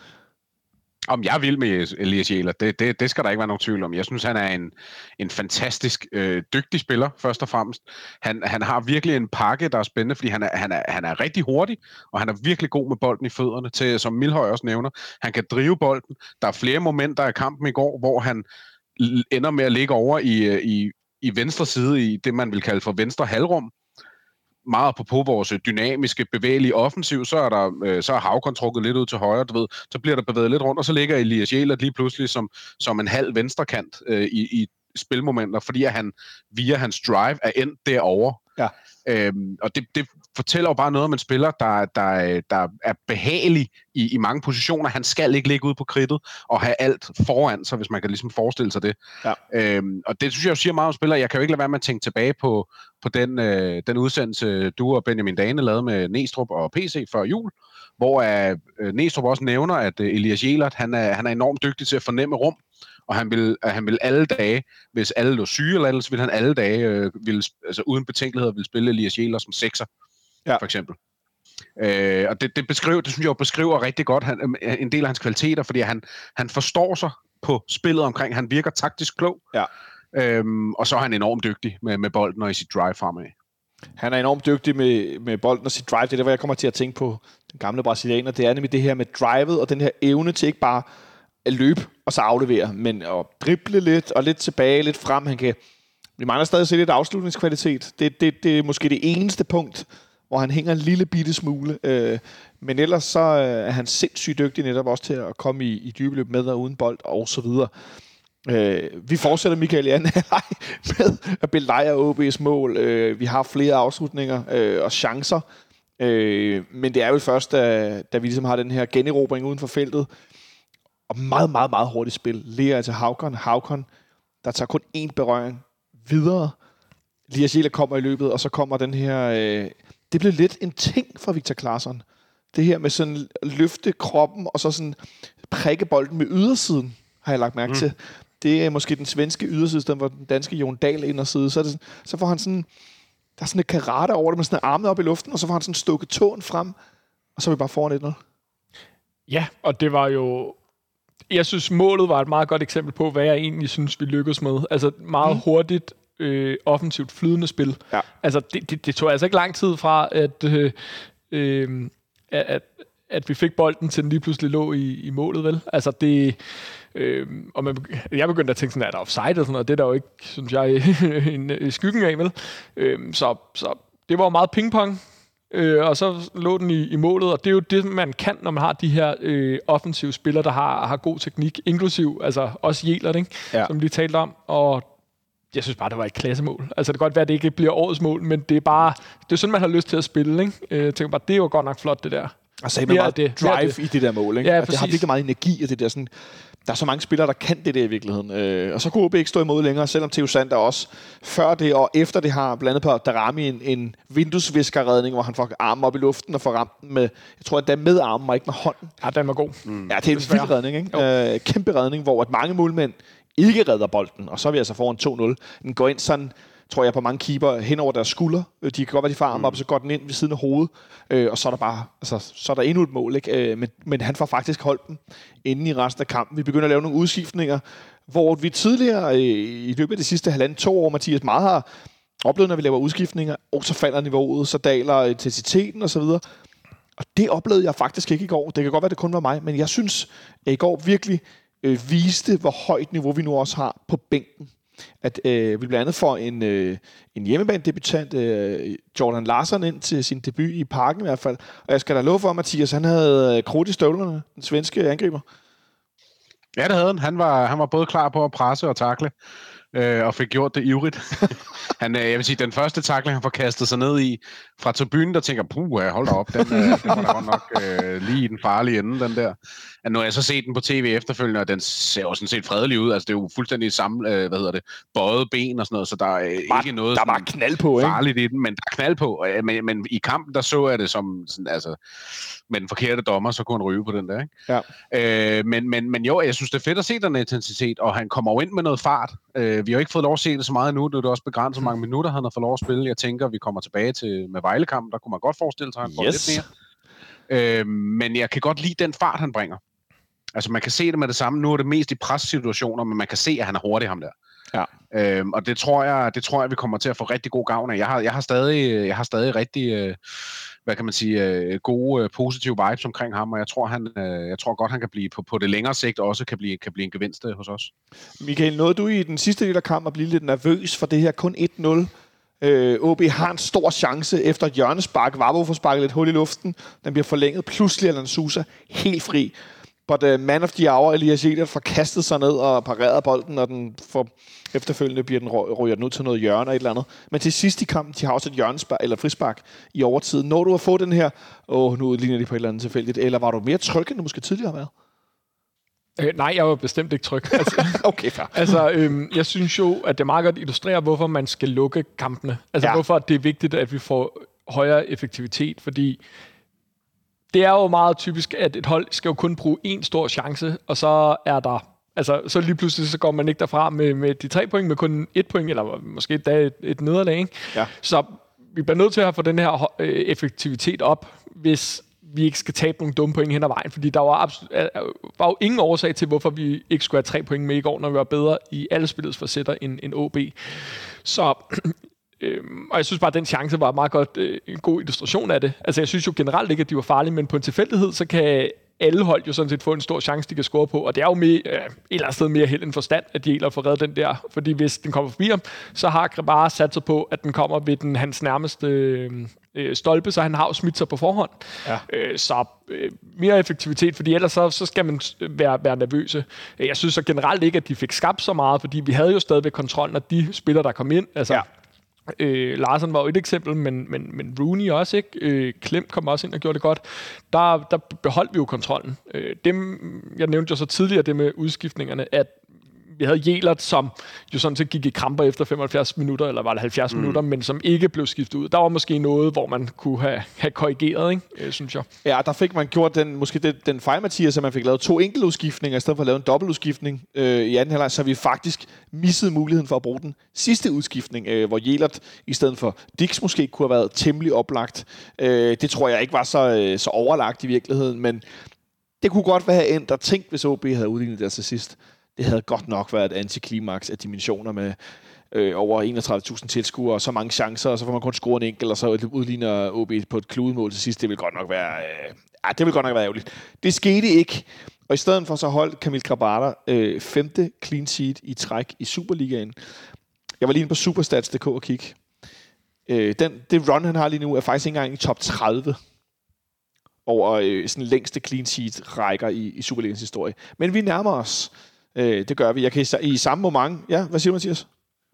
Om jeg vil med Elias Jäger, det skal der ikke være nogen tvivl om. Jeg synes, han er en fantastisk dygtig spiller, først og fremmest. Han har virkelig en pakke, der er spændende, fordi han er rigtig hurtig, og han er virkelig god med bolden i fødderne, til, som Milhøj også nævner. Han kan drive bolden. Der er flere momenter af kampen i går, hvor han ender med at ligge over i venstre side, i det, man vil kalde for venstre halvrum. Meget på vores dynamiske, bevægelige offensiv, så er Haugen trukket lidt ud til højre, du ved, så bliver der bevæget lidt rundt, og så ligger Elias Jäger lige pludselig som en halv venstrekant i spilmomenter, fordi at han via hans drive er endt derovre. Ja. Og det fortæller jo bare noget om en spiller, der er behagelig i mange positioner. Han skal ikke ligge ude på kridtet og have alt foran sig, hvis man kan ligesom forestille sig det. Ja. Og det synes jeg jo siger meget om spillere. Jeg kan jo ikke lade være med at tænke tilbage på den udsendelse, du og Benjamin Dane lavede med Næstrup og PC før jul, hvor Næstrup også nævner, at Elias Jäger, han er enormt dygtig til at fornemme rum, og han vil alle dage, hvis alle lå syge eller andet, så vil han alle dage, uden betænkeligheder, vil spille Elias Jäger som sekser, for eksempel. Og det synes jeg jo beskriver rigtig godt en del af hans kvaliteter, fordi han forstår sig på spillet omkring, han virker taktisk klog, og så er han enormt dygtig med bolden og i sit drive fremad. Han er enormt dygtig med bolden og sit drive. Det er der, hvor jeg kommer til at tænke på den gamle brasilianer. Det er nemlig det her med drivet og den her evne til ikke bare at løbe og så aflevere, men at drible lidt og lidt tilbage, lidt frem. Vi mangler stadig at se lidt afslutningskvalitet. Det er måske det eneste punkt, hvor han hænger en lille bitte smule. Men ellers så er han sindssygt dygtig netop også til at komme i dybeløb med og uden bold og så videre. Vi fortsætter Michael i anden halvleg med at belejre OB's mål. Vi har flere afslutninger og chancer. Men det er jo først, da vi ligesom har den her generobring uden for feltet. Og meget, meget, meget hurtigt spil. Lea til Haugen, der tager kun én berøring videre. Elias Jäger kommer i løbet, og så kommer den her... det blev lidt en ting for Viktor Claesson. Det her med sådan løfte kroppen, og så sådan prikke bolden med ydersiden, har jeg lagt mærke til. Det er måske den svenske yderside, hvor den danske Jon Dahl inderside. Så får han sådan... Der er sådan et karate over det, med sådan armet op i luften, og så får han sådan stukket tåen frem, og så er vi bare foran 1-0. Ja, og det var jo... Jeg synes, målet var et meget godt eksempel på, hvad jeg egentlig synes, vi lykkedes med. Altså meget hurtigt, offensivt flydende spil. Ja. Altså, det tog altså ikke lang tid fra, at vi fik bolden, til den lige pludselig lå i målet, vel? Altså, det... og jeg begyndte at tænke sådan, at der er offside og sådan noget. Det er der jo ikke, synes jeg, i skyggen af, vel? Så det var jo meget pingpong. Og så lå den i målet, og det er jo det, man kan, når man har de her offensive spillere, der har god teknik, inklusiv, altså også Jäger, ikke? Ja. Som vi lige talte om, og jeg synes bare, det var et klassemål. Altså det kan godt være, at det ikke bliver årets mål, men det er sådan, man har lyst til at spille, ikke? Jeg tænker bare, det er jo godt nok flot, det der. Og så er man meget drive i det der mål, ikke? Ja, det har virkelig meget energi, og det der sådan... Der er så mange spillere, der kan det der i virkeligheden. Og så kunne OB ikke stå imod længere, selvom Theo Sander også før det og efter det har blandet på Darami en vinduesviskerredning, hvor han får armen op i luften og får ramt den med, jeg tror, at den med armen og ikke med hånden. Ja, den var god. Ja, det er en vild redning, ikke? Kæmpe redning, hvor at mange målmænd ikke redder bolden, og så er vi altså foran 2-0. Den går ind sådan, tror jeg, på mange keeper hen over deres skulder. De kan godt være, de får armen op, så går den ind ved siden af hovedet, og så er der bare, altså, så er der endnu et mål, ikke? Men han får faktisk holdt den inden i resten af kampen. Vi begynder at lave nogle udskiftninger, hvor vi tidligere i løbet af de sidste 1,5-2 år, Mathias, meget har oplevet, når vi laver udskiftninger, og så falder niveauet, så daler intensiteten osv. Og det oplevede jeg faktisk ikke i går. Det kan godt være, det kun var mig, men jeg synes, at i går virkelig viste, hvor højt niveau vi nu også har på bænken. at vi blandt andet får en hjemmebanedebutant, Jordan Larsson, ind til sin debut i Parken i hvert fald. Og jeg skal da love for, Mathias, han havde krudt i støvlerne, den svenske angriber. Ja, det havde han. Han var både klar på at presse og takle, og fik gjort det ivrigt. Jeg vil sige, den første tackling, han får kastet sig ned i fra tribunen, der tænker, hold da op, den var da nok lige i den farlige ende, den der. Nu har jeg så set den på tv efterfølgende, og den ser jo sådan set fredelig ud. Altså, det er jo fuldstændig samme, bøjet ben og sådan noget, så der er ikke noget der var knald på, ikke? farligt i den, men der er knald på. Men i kampen, der så jeg det som sådan, altså, med den forkerte dommer, så kunne han ryge på den der, ikke? Ja. Men jo, jeg synes, det er fedt at se den intensitet, og han kommer jo ind med noget fart. Vi har jo ikke fået lov at se det så meget endnu, det er også begrænset, mange minutter han har fået lov at spille. Jeg tænker, vi kommer tilbage til med Vejle-kampen, der kunne man godt forestille sig, at han får lidt mere. Men jeg kan godt lide den fart, han bringer. Altså, man kan se det med det samme. Nu er det mest i pressituationer, men man kan se, at han er hurtig, ham der. Ja. Og det tror jeg, vi kommer til at få rigtig god gavn af. Jeg har stadig rigtig, hvad kan man sige, gode, positive vibes omkring ham, og jeg tror godt, han kan blive på det længere sigt også kan blive en gevinst hos os. Michael, nåede du i den sidste del af kampen at blive lidt nervøs for det her kun 1-0? OB har en stor chance efter et hjørnespark. Vavro får sparket lidt hul i luften. Den bliver forlænget. Pludselig er Lansusa helt fri. But man of the hour, Elias Jelert, får kastet sig ned og pareret bolden, og den efterfølgende bliver den ryger den ud til noget hjørne og et eller andet. Men til sidst i kampen, de har også et hjørnespark eller frispark i overtiden. Når du har fået den her, nu ligner de på et eller andet tilfældigt, eller var du mere tryg, end du måske tidligere har været? Nej, jeg var bestemt ikke tryg. Altså, okay, fair. Altså, jeg synes jo, at det meget godt illustrerer, hvorfor man skal lukke kampene. Altså, hvorfor det er vigtigt, at vi får højere effektivitet, fordi det er jo meget typisk, at et hold skal jo kun bruge én stor chance, og så er der, altså så lige pludselig så går man ikke derfra med de 3 point, med kun 1 point, eller måske et nederlag, ikke? Ja. Så vi bliver nødt til at få den her effektivitet op, hvis vi ikke skal tabe nogle dumme point hen ad vejen, fordi der var jo ingen årsag til, hvorfor vi ikke skulle have 3 point med i går, når vi var bedre i alle spillets facetter end OB. Så og jeg synes bare, at den chance var meget godt en god illustration af det. Altså, jeg synes jo generelt ikke, at de var farlige, men på en tilfældighed, så kan alle hold jo sådan set få en stor chance, de kan score på. Og det er jo et eller andet sted mere held end forstand, at de ikke får reddet den der. Fordi hvis den kommer forbi ham, så har Grabara sat sig på, at den kommer ved hans nærmeste stolpe, så han har jo smidt sig på forhånd. Ja. Så mere effektivitet, fordi ellers så skal man være nervøse. Jeg synes så generelt ikke, at de fik skabt så meget, fordi vi havde jo stadigvæk kontrol, når de spillere, der kom ind. Altså, Larsen var jo et eksempel, men Rooney også, ikke? Klem kom også ind og gjorde det godt. Der beholdt vi jo kontrollen. Jeg nævnte jo så tidligere det med udskiftningerne, at vi havde Jelert, som jo sådan set gik i kramper efter 75 minutter, eller var det 70 minutter, men som ikke blev skiftet ud. Der var måske noget, hvor man kunne have korrigeret, ikke? Synes jeg. Ja, der fik man gjort den fejl, Mathias, at man fik lavet 2 enkeltudskiftninger, i stedet for at lave en dobbeltudskiftning i anden halvleg, så vi faktisk missede muligheden for at bruge den sidste udskiftning, hvor Jelert i stedet for Dix måske kunne have været temmelig oplagt. Det tror jeg ikke var så overlagt i virkeligheden, men det kunne godt være endt og tænkt, hvis OB havde udlignet det til sidst. Det havde godt nok været et antiklimaks af dimensioner med over 31.000 tilskuere og så mange chancer, og så får man kun score en enkelt, og så udligner OB på et kludemål til sidst. Det vil godt nok være ærgerligt. Det skete ikke, og i stedet for så holdt Kamil Grabara 5. clean sheet i træk i Superligaen. Jeg var lige inde på Superstats.dk og kigge. Det run, han har lige nu, er faktisk ikke engang i top 30 over sådan længste clean sheet rækker i Superligaens historie. Men vi nærmer os. Det gør vi. Jeg kan i samme moment... Ja, hvad siger du, Mathias?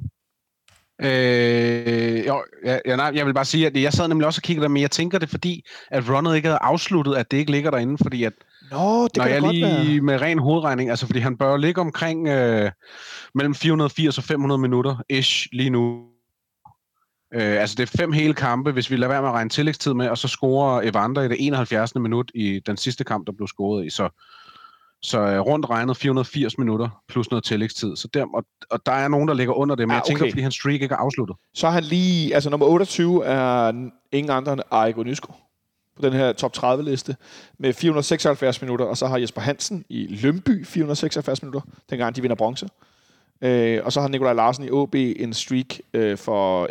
Jeg vil bare sige, at jeg sad nemlig også og kiggede der, men jeg tænker det, fordi at runnet ikke er afsluttet, at det ikke ligger derinde, fordi at... det når jeg lige være. Med ren hovedregning, altså fordi han bør ligge omkring mellem 480 og 500 minutter ish lige nu. Altså det er 5 hele kampe, hvis vi lader være med at regne tillægstid med, og så scorer Evander i det 71. minut i den sidste kamp, der blev scoret i, så rundt regnet 480 minutter plus noget tillægstid. Så og der er nogen, der ligger under det, men jeg tænker, fordi hans streak ikke er afsluttet. Så er han lige... Altså nummer 28 er ingen andre end Arrigo Nysko på den her top 30-liste med 476 minutter, og så har Jesper Hansen i Lønby 476 minutter, dengang de vinder bronze. Og så har Nikolaj Larsen i OB en streak for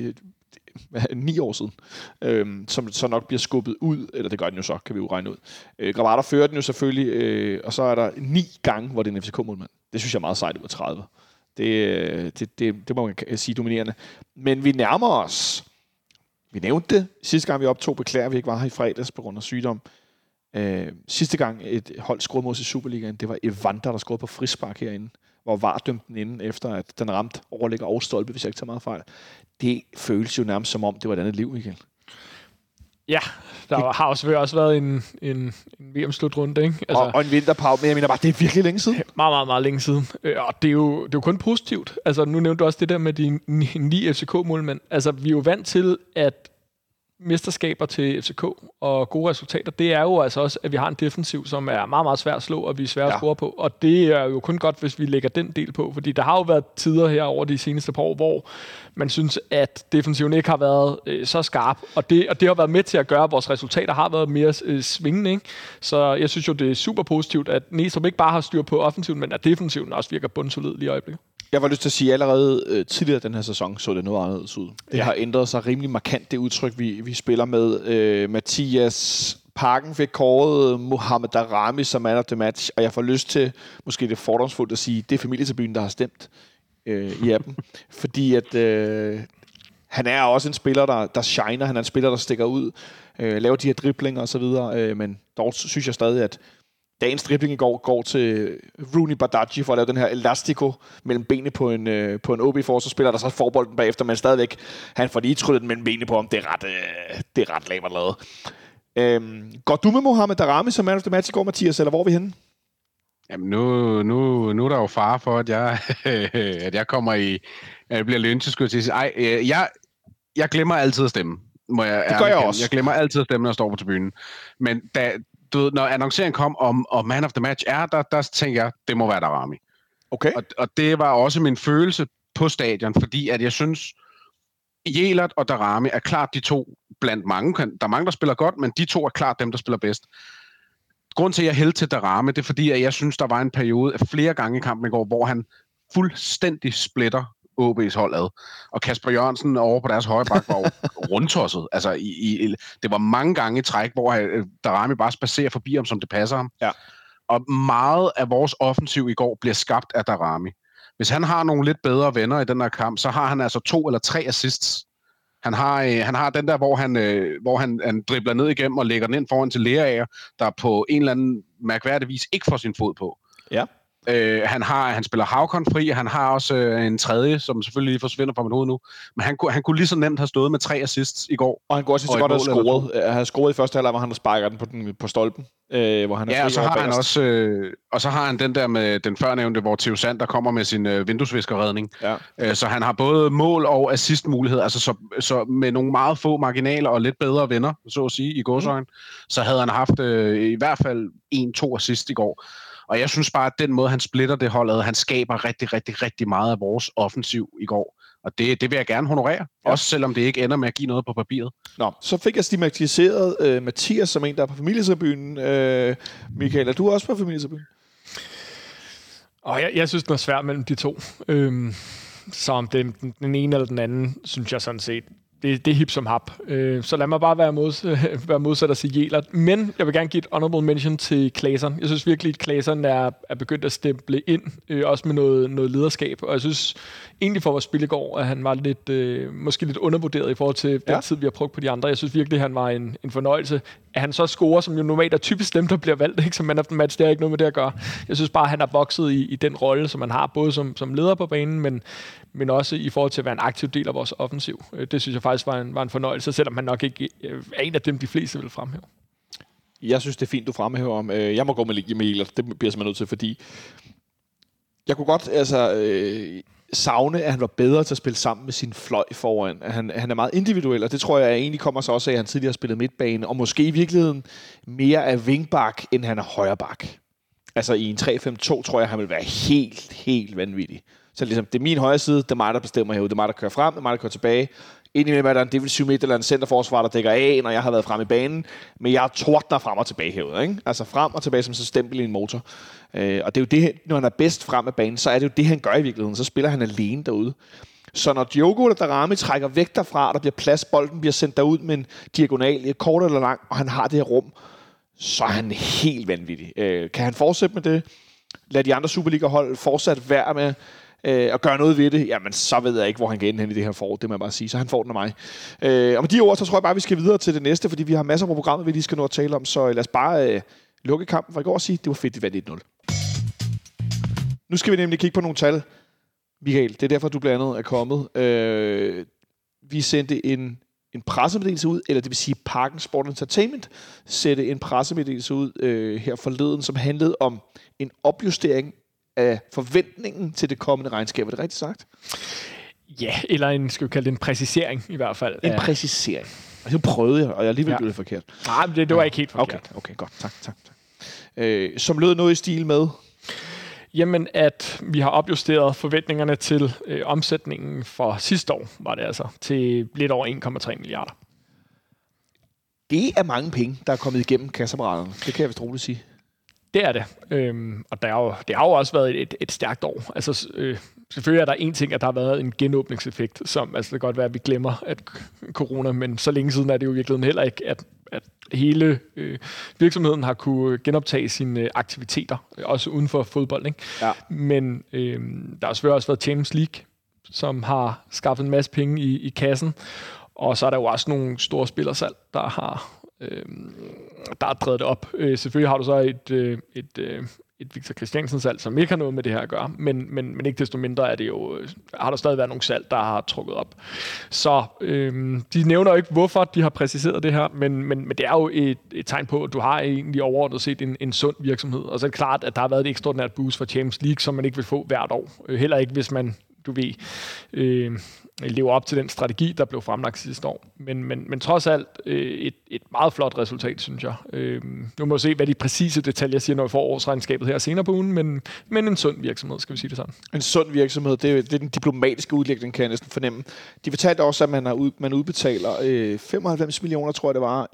9 år siden, som så nok bliver skubbet ud, eller det gør den jo så, kan vi jo regne ud. Grabara fører den jo selvfølgelig, og så er der 9 gange, hvor det er en FCK-målmand. Det synes jeg er meget sejt ud af 30. Det må man sige dominerende. Men vi nærmer os. Vi nævnte det sidste gang, vi optog. Beklager, vi ikke var her i fredags på grund af sygdom. Sidste gang et hold scorede mod i Superligaen, det var Evander, der scorede på frispark herinde, hvor VAR dømte den inden, efter at den ramte overligger og stolpe, hvis jeg ikke tager meget fejl. Det føles jo nærmest som om, det var et andet liv, Michael. Ja, der har også været en VM-slutrunde, ikke? Altså, og en vinterpause, men jeg mener bare, det er virkelig længe siden. Meget, meget, meget længe siden. Og det er jo kun positivt. Altså, nu nævnte du også det der med de 9 FCK-målmænd. Altså, vi er jo vant til, at mesterskaber til FCK og gode resultater, det er jo altså også, at vi har en defensiv, som er meget, meget svær at slå, og vi er svære at score på. Og det er jo kun godt, hvis vi lægger den del på, fordi der har jo været tider her over de seneste par år, hvor man synes, at defensiven ikke har været så skarp, og det har været med til at gøre, at vores resultater har været mere svingende, ikke? Så jeg synes jo, det er super positivt, at Næstrup ikke bare har styr på offensiven, men at defensiven også virker bundsolid lige i øjeblikket. Jeg var lyst til at sige, at allerede tidligere den her sæson så det noget anderledes ud. Det har ændret sig rimelig markant, det udtryk, vi spiller med. Mathias Parken fik kåret Mohamed Daramy som man of the match, og jeg får lyst til, måske det er fordomsfuldt at sige, det er familietribunen, der har stemt i appen. Fordi at han er også en spiller, der shiner. Han er en spiller, der stikker ud, laver de her driblinger og så videre. Men dog synes jeg stadig, at dagens dribling i går til Rooney Badaji for at lave den her elastico mellem benene på en OB-forsvarsspiller, der så får bolden bagefter, men stadigvæk, han får lige tryllet den mellem benene på ham. Det er ret lavt lavet. Går du med Mohamed Daramy som man of the match i går, Mathias, eller hvor er vi henne? Jamen nu er der jo fare for, at jeg kommer jeg bliver lynchet, skulle jeg sige. Jeg glemmer altid at stemme. Det gør jeg også. Jeg glemmer altid at stemme, når jeg står på tribunen. Men når annonceringen kom om man of the match der tænkte jeg, det må være Daramy. Okay. Og det var også min følelse på stadion, fordi at jeg synes, Jelert og Daramy er klart de to blandt mange. Der er mange, der spiller godt, men de to er klart dem, der spiller bedst. Grunden til, at jeg hældte til Daramy, det er fordi, at jeg synes, der var en periode af flere gange i kampen i går, hvor han fuldstændig splitter OB's hold ad. Og Kasper Jørgensen over på deres højre bak var rundtosset. Altså, det var mange gange i træk, hvor Daramy bare spacerer forbi ham, som det passer ham. Ja. Og meget af vores offensiv i går bliver skabt af Daramy. Hvis han har nogle lidt bedre venner i den her kamp, så har han altså 2 eller 3 assists. Han har den der, hvor han dribler ned igennem og lægger den ind foran til Leaer, der på en eller anden mærkværdig vis ikke får sin fod på. Ja. Han spiller Havkon fri, og han har også en tredje, som selvfølgelig lige forsvinder fra mit hoved nu. Men han kunne lige så nemt have stået med 3 assists i går. Og han kunne også godt have scoret. Han havde scoret i første halvleg, hvor han sparker den på stolpen. Hvor han og så har han også, og så har han den der med den førnævnte, hvor Theo Sander kommer med sin vinduesviskerredning. Ja. Så han har både mål og assistmulighed, altså så med nogle meget få marginaler og lidt bedre venner, så at sige, i gåseøjne, så havde han haft i hvert fald 1-2 assist i går. Og jeg synes bare, at den måde, han splitter det holdet, han skaber rigtig, rigtig, rigtig meget af vores offensiv i går. Og det vil jeg gerne honorere, også selvom det ikke ender med at give noget på papiret. Nå, så fik jeg stigmatiseret Mathias som en, der er på familietribunen. Michael, er du også på familietribunen? Jeg synes, det er svært mellem de to. Så om den ene eller den anden, synes jeg sådan set, det er hip som hap. Så lad mig bare være modsat og sige Jelert. Men jeg vil gerne give et honorable mention til Claesson. Jeg synes virkelig, at Claesson er begyndt at stemple ind, også med noget lederskab. Og jeg synes egentlig for vores spil i går, at han var måske lidt undervurderet i forhold til den tid, vi har brugt på de andre. Jeg synes virkelig, at han var en fornøjelse. At han så scorer, som jo normalt er typisk dem, der bliver valgt, ikke? Som man of the match, det har ikke noget med det at gøre. Jeg synes bare, at han har vokset i den rolle, som han har, både som leder på banen, men også i forhold til at være en aktiv del af vores offensiv. Det synes jeg faktisk var en fornøjelse, selvom han nok ikke er en af dem, de fleste vil fremhæve. Jeg synes, det er fint, du fremhæver om. Jeg må gå med Jelert, det bliver jeg simpelthen nødt til, fordi jeg kunne godt savne, at han var bedre til at spille sammen med sin fløj foran. Han er meget individuel, og det tror jeg egentlig kommer så også af, at han tidligere har spillet midtbane, og måske i virkeligheden mere af vingbak, end han er højrebak. Altså i en 3-5-2 tror jeg, han vil være helt, helt vanvittig. Så ligesom, det er min højre side, det er mig, der bestemmer herude. Det er mig, der kører frem, det er mig, der kører tilbage. Indimellem er der en defensiv midt eller en centerforsvar, der dækker af, når jeg har været frem i banen. Men jeg tordner frem og tilbage herude, ikke? Altså frem og tilbage som så stempel i en motor. Og det er jo det, når han er bedst frem af banen, så er det jo det, han gør i virkeligheden. Så spiller han alene derude. Så når Diogo eller Daramy trækker væk derfra, der bliver plads, bolden bliver sendt derud med en diagonal, kort eller lang, og han har det her rum, så er han helt vanvittig. Kan han fortsætte med det? lad de andre Superliga-hold fortsat være med at gøre noget ved det, jamen så ved jeg ikke, hvor han kan ende hen i det her forår, det må jeg bare sige. Så han får den af mig. Og med de ord, så tror jeg bare, vi skal videre til det næste, fordi vi har masser på programmet, vi lige skal nå at tale om, så lad os bare lukke kampen for i går og sige, det var fedt, det vandt 1-0. Nu skal vi nemlig kigge på nogle tal. Michael, det er derfor, du blandt andet er kommet. Vi sendte en pressemeddelelse ud, eller det vil sige Parken Sport Entertainment sætte en pressemeddelelse ud her forleden, som handlede om en opjustering af forventningen til det kommende regnskab. Er det rigtigt sagt? Ja, eller en, skal vi kalde det en præcisering i hvert fald. En præcisering. Altså, nu prøvede jeg, og jeg alligevel blev det forkert. Nej, men det var ikke helt forkert. Okay, godt. Tak. Som lød noget i stil med? Jamen, at vi har opjusteret forventningerne til omsætningen for sidste år, var det altså, til lidt over 1,3 milliarder. Det er mange penge, der er kommet igennem kasseapparaterne. Det kan jeg vist roligt sige. Det er det. Og det har jo også været et stærkt år. Altså, selvfølgelig er der en ting, at der har været en genåbningseffekt, som altså det kan godt være, at vi glemmer, at corona, men så længe siden er det jo i virkeligheden heller ikke, at hele virksomheden har kunne genoptage sine aktiviteter, også uden for fodbold. Ikke? Ja. Men der har selvfølgelig også været Champions League, som har skaffet en masse penge i kassen, og så er der jo også nogle store spillersalg, der har drevet det op. Selvfølgelig har du så et Victor Christiansen salg, som ikke har noget med det her at gøre, men ikke desto mindre er det jo, har der stadig været nogle salg, der har trukket op. Så de nævner jo ikke, hvorfor de har præciseret det her, men det er jo et tegn på, at du har egentlig overordnet set en sund virksomhed. Og så er det klart, at der har været et ekstraordinært boost for Champions League, som man ikke vil få hvert år. Heller ikke, hvis man, lever op til den strategi, der blev fremlagt sidste år. Men trods alt et meget flot resultat, synes jeg. Nu må vi se, hvad de præcise detaljer siger, når vi får årsregnskabet her senere på ugen, men en sund virksomhed, skal vi sige det sådan. En sund virksomhed, det er den diplomatiske udlægning, kan jeg næsten fornemme. De fortalte også, at man udbetaler 95 millioner, tror jeg det var,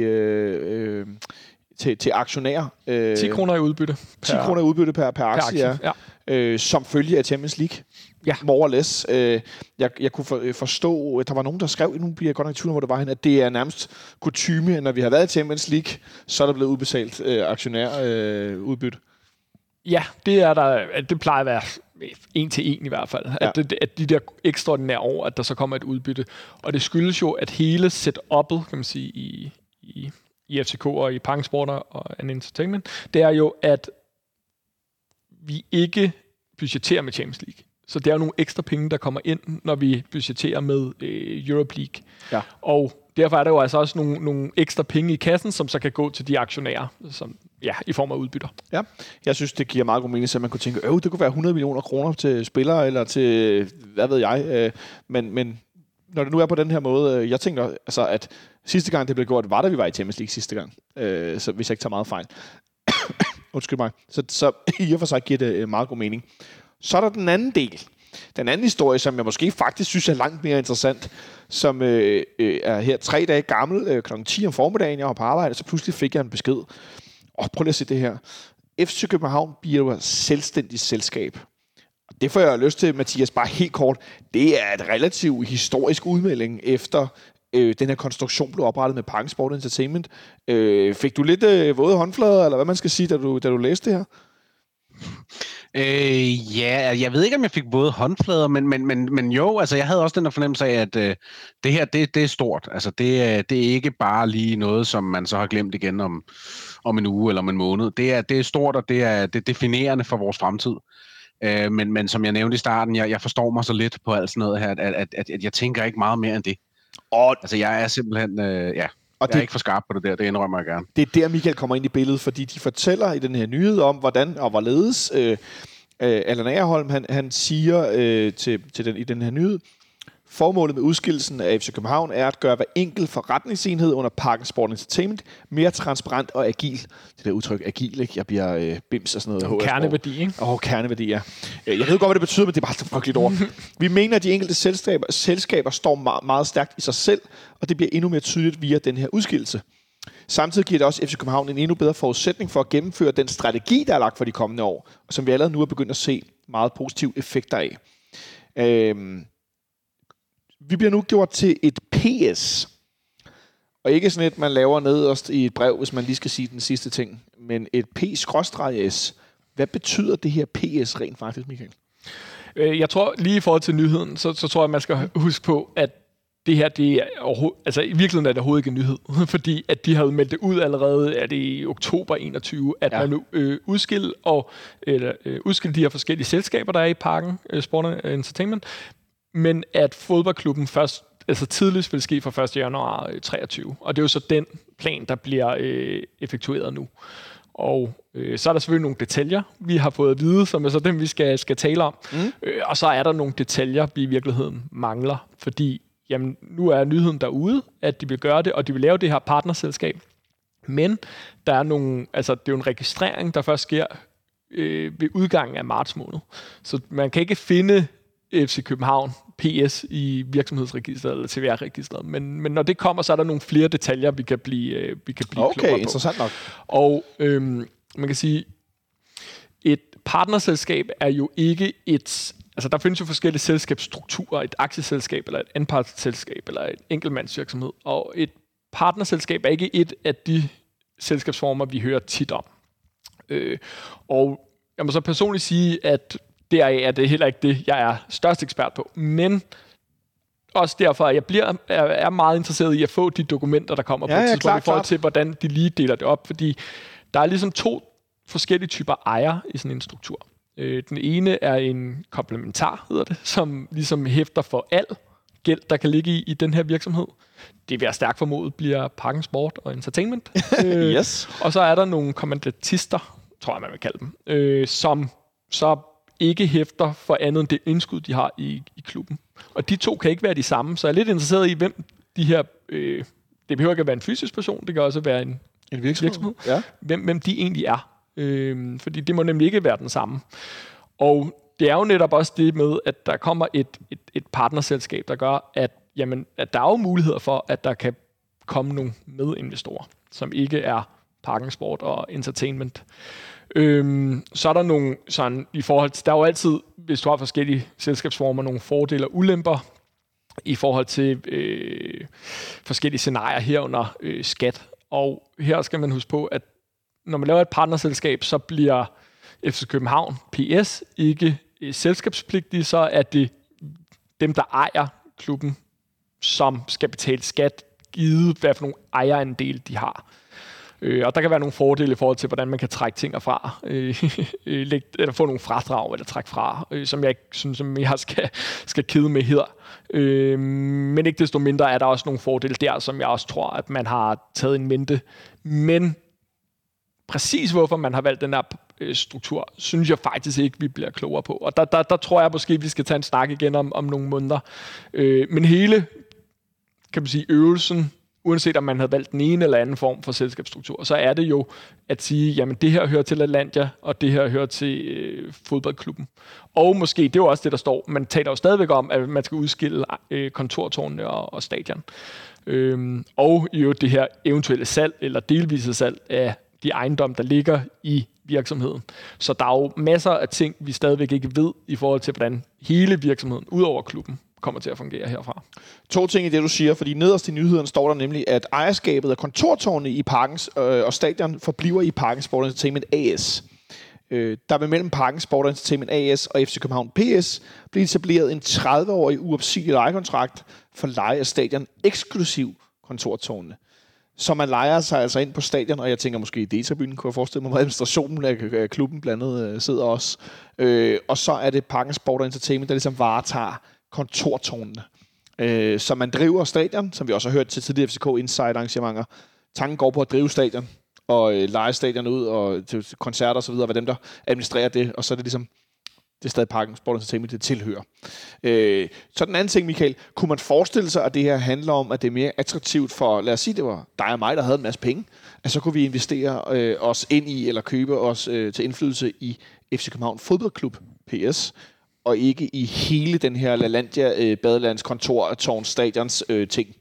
til aktionærer. 10 kroner i udbytte. 10 kroner i udbytte per aktie, ja. Som følge af Champions League. Ja. More or less. Jeg kunne forstå, at der var nogen, der skrev, nu bliver jeg godt nok i tvivl om, hvor det var hen, at det er nærmest kutyme, når vi har været i Champions League, så er der blevet udbetalt aktionærudbytte. Ja, det er der. Det plejer at være 1-1 i hvert fald. Ja. At de der ekstraordinære år, at der så kommer et udbytte. Og det skyldes jo, at hele setup'et, kan man sige, i FCK og i Parken Sport og Entertainment, det er jo, at vi ikke budgetterer med Champions League. Så det er jo nogle ekstra penge, der kommer ind, når vi budgetterer med Europa League. Ja. Og derfor er der jo altså også nogle ekstra penge i kassen, som så kan gå til de aktionærer, som, i form af udbytter. Ja, jeg synes, det giver meget god mening, så man kunne tænke, det kunne være 100 millioner kroner til spillere, eller til, hvad ved jeg. Men når det nu er på den her måde, jeg tænker altså, at sidste gang det blev gjort, var da vi var i Champions League sidste gang. Så hvis jeg ikke tager meget fejl. Undskyld mig. Så i og for sig giver det meget god mening. Så er der den anden del. Den anden historie, som jeg måske faktisk synes er langt mere interessant, som er her 3 dage gammel, kl. 10 om formiddagen, jeg var på arbejde, så pludselig fik jeg en besked. Prøv lige at se det her. FC København bliver et selvstændigt selskab. Det får jeg lyst til, Mathias, bare helt kort. Det er et relativt historisk udmelding efter den her konstruktion blev oprettet med Parken Sport Entertainment. Fik du lidt våde håndflader, eller hvad man skal sige, da du læste det her? Jeg ved ikke, om jeg fik både håndflader, men jo, altså jeg havde også den der fornemmelse af, at det her, det er stort. Altså det er ikke bare lige noget, som man så har glemt igen om en uge eller om en måned. Det er stort, og det er definerende for vores fremtid. Men som jeg nævnte i starten, jeg forstår mig så lidt på alt sådan noget her, at jeg tænker ikke meget mere end det. Altså jeg er simpelthen, og jeg er ikke for skarp på det indrømmer jeg gerne. Det er der, Michael kommer ind i billedet, fordi de fortæller i den her nyhed om, hvordan og hvorledes Allan Agerholm, han siger i den her nyhed, formålet med udskillelsen af FC København er at gøre hver enkelt forretningsenhed under Parken Sport Entertainment mere transparent og agil. Det der udtryk agil, ikke? Jeg bliver bims og sådan noget. Kerneværdi, ikke? Kerneværdi, ja. Jeg ved godt, hvad det betyder, men det er bare så frygteligt ord. Vi mener, at de enkelte selskaber står meget, meget stærkt i sig selv, og det bliver endnu mere tydeligt via den her udskillelse. Samtidig giver det også FC København en endnu bedre forudsætning for at gennemføre den strategi, der er lagt for de kommende år, og som vi allerede nu er begyndt at se meget positive effekter af. Vi bliver nu gjort til et PS. Og ikke sådan et, man laver nederst i et brev, hvis man lige skal sige den sidste ting. Men et P-S. Hvad betyder det her PS rent faktisk, Michael? Jeg tror, lige i forhold til nyheden, så tror jeg, man skal huske på, at det her, det er altså i virkeligheden er det overhovedet ikke en nyhed, fordi at de havde meldt det ud allerede, er det i oktober 21, at man nu udskille de her forskellige selskaber, der er i parken, Sport & Entertainment, men at fodboldklubben først, altså tidligst vil ske fra 1. januar 23, og det er jo så den plan, der bliver effektueret nu. Og så er der selvfølgelig nogle detaljer, vi har fået at vide, som er så dem, vi skal tale om. Og så er der nogle detaljer, vi i virkeligheden mangler, fordi jamen, nu er nyheden derude, at de vil gøre det, og de vil lave det her partnerselskab. Men der er nogle, altså det er jo en registrering, der først sker ved udgangen af marts måned. Så man kan ikke finde FC København PS i virksomhedsregisteret eller TVR-registeret. Men når det kommer, så er der nogle flere detaljer, vi kan blive klogere på. Okay, interessant nok. Og man kan sige, et partnerselskab er jo ikke et... Altså, der findes jo forskellige selskabsstrukturer. Et aktieselskab, eller et anpartsselskab, eller et enkeltmandsvirksomhed. Og et partnerselskab er ikke et af de selskabsformer, vi hører tit om. Og jeg må så personligt sige, at deraf er det heller ikke det, jeg er størst ekspert på. Men også derfor, at jeg er meget interesseret i at få de dokumenter, der kommer på et tidspunkt, i forhold til, hvordan de lige deler det op. Fordi der er ligesom 2 forskellige typer ejere i sådan en struktur. Den ene er en komplementar, hedder det, som ligesom hæfter for al gæld, der kan ligge i den her virksomhed. Det vil jeg stærkt formodet bliver Parken Sport & Entertainment. Yes. Og så er der nogle kommandatister, tror jeg, man vil kalde dem, som så ikke hæfter for andet end det indskud, de har i klubben. Og de 2 kan ikke være de samme, så jeg er lidt interesseret i, hvem de her... det behøver ikke at være en fysisk person, det kan også være en virksomhed. Ja. Hvem de egentlig er. Fordi det må nemlig ikke være den samme. Og det er jo netop også det med, at der kommer et partnerselskab, der gør, at der er jo muligheder for, at der kan komme nogle medinvestorer, som ikke er Parken Sport og Entertainment. Så er der nogle sådan i forhold til, der er jo altid, hvis du har forskellige selskabsformer, nogle fordele og ulemper i forhold til forskellige scenarier herunder skat. Og her skal man huske på, at når man laver et partnerselskab, så bliver FC København PS ikke selskabspligtige, så er det dem, der ejer klubben, som skal betale skat, givet hvad for nogle ejerandel de har. Og der kan være nogle fordele i forhold til, hvordan man kan trække ting fra, eller få nogle fradrag eller trække fra, som jeg ikke synes, som jeg skal kede med her. Men ikke desto mindre er der også nogle fordele der, som jeg også tror, at man har taget en mente. Men præcis hvorfor man har valgt den her struktur, synes jeg faktisk ikke, vi bliver klogere på. Og der tror jeg måske, vi skal tage en snak igen om nogle måneder. Men hele, kan man sige, øvelsen, uanset om man havde valgt den ene eller anden form for selskabsstruktur, så er det jo at sige, jamen det her hører til Atlantia, og det her hører til fodboldklubben. Og måske, det er jo også det, der står, man taler jo stadigvæk om, at man skal udskille kontortårnene og stadion. Og jo det her eventuelle salg, eller delvise salg af de ejendomme, der ligger i virksomheden. Så der er jo masser af ting, vi stadigvæk ikke ved, i forhold til, hvordan hele virksomheden, ud over klubben, kommer til at fungere herfra. 2 ting i det, du siger, fordi nederst i nyhederne står der nemlig, at ejerskabet af kontortårnene i Parkens og stadion forbliver i Parken Sport & Entertainment AS. Der vil mellem Parken Sport & Entertainment AS og FC København PS blive etableret en 30-årig uopsigelig lejekontrakt for leje af stadion eksklusiv kontortårnene. Så man lejer sig altså ind på stadion, og jeg tænker måske i Detabyen, kunne jeg forestille mig, hvor administrationen af klubben blandt andet sidder også. Og så er det Parken Sport & Entertainment, der ligesom varetager kontortårnene. Så man driver stadion, som vi også har hørt til tidligere FCK Inside arrangementer. Tanken går på at drive stadion og lege stadion ud og til koncerter og så videre, hvad dem der administrerer det, og så er det ligesom det er stadig Parken Sport & Entertainment, det tilhører. Så den anden ting, Michael, kunne man forestille sig, at det her handler om, at det er mere attraktivt for, lad os sige, det var dig og mig, der havde en masse penge, at så kunne vi investere os ind i, eller købe os til indflydelse i FC København Fodboldklub PS, og ikke i hele den her LaLandia Badelands kontor, tårn, stadions ting.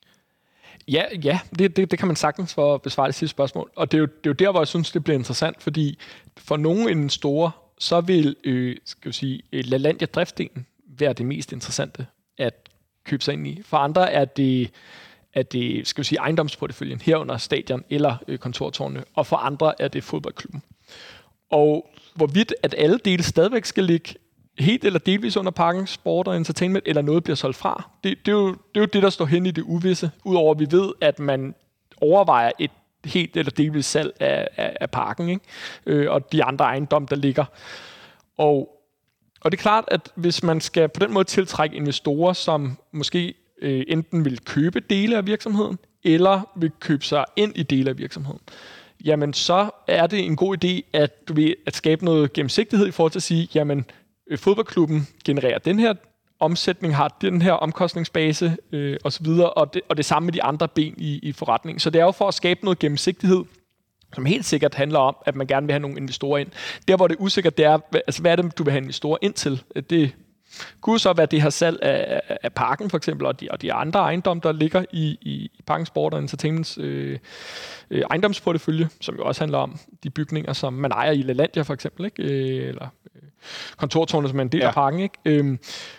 Ja, det kan man sagtens for at besvare det sidste spørgsmål. Og det er jo der, hvor jeg synes, det bliver interessant, fordi for nogle investorer, så vil LaLandia driftsdelen være det mest interessante at købe sig ind i. For andre er det ejendomsporteføljen herunder stadion eller kontortårnene, og for andre er det fodboldklubben. Og hvorvidt at alle dele stadigvæk skal ligge helt eller delvis under pakken sport og entertainment, eller noget bliver solgt fra. Det er jo det, der står hen i det uvisse, udover at vi ved, at man overvejer et helt eller delvis salg af pakken, ikke? Og de andre ejendomme, der ligger. Og det er klart, at hvis man skal på den måde tiltrække investorer, som måske enten vil købe dele af virksomheden, eller vil købe sig ind i dele af virksomheden, jamen så er det en god idé, at skabe noget gennemsigtighed i forhold til at sige, jamen fodboldklubben genererer den her omsætning, har den her omkostningsbase osv., og det samme med de andre ben i forretningen. Så det er jo for at skabe noget gennemsigtighed, som helt sikkert handler om, at man gerne vil have nogle investorer ind. Der, hvor det er usikkert, det er, altså, hvad er det, du vil have investorer ind til? Det kunne så være det her salg af parken, for eksempel, og de andre ejendomme, der ligger i Parken Sport og Entertainments ejendomsportefølje, som jo også handler om de bygninger, som man ejer i LaLandia, for eksempel, ikke? Eller kontortårnet, som er en del af parken, ikke?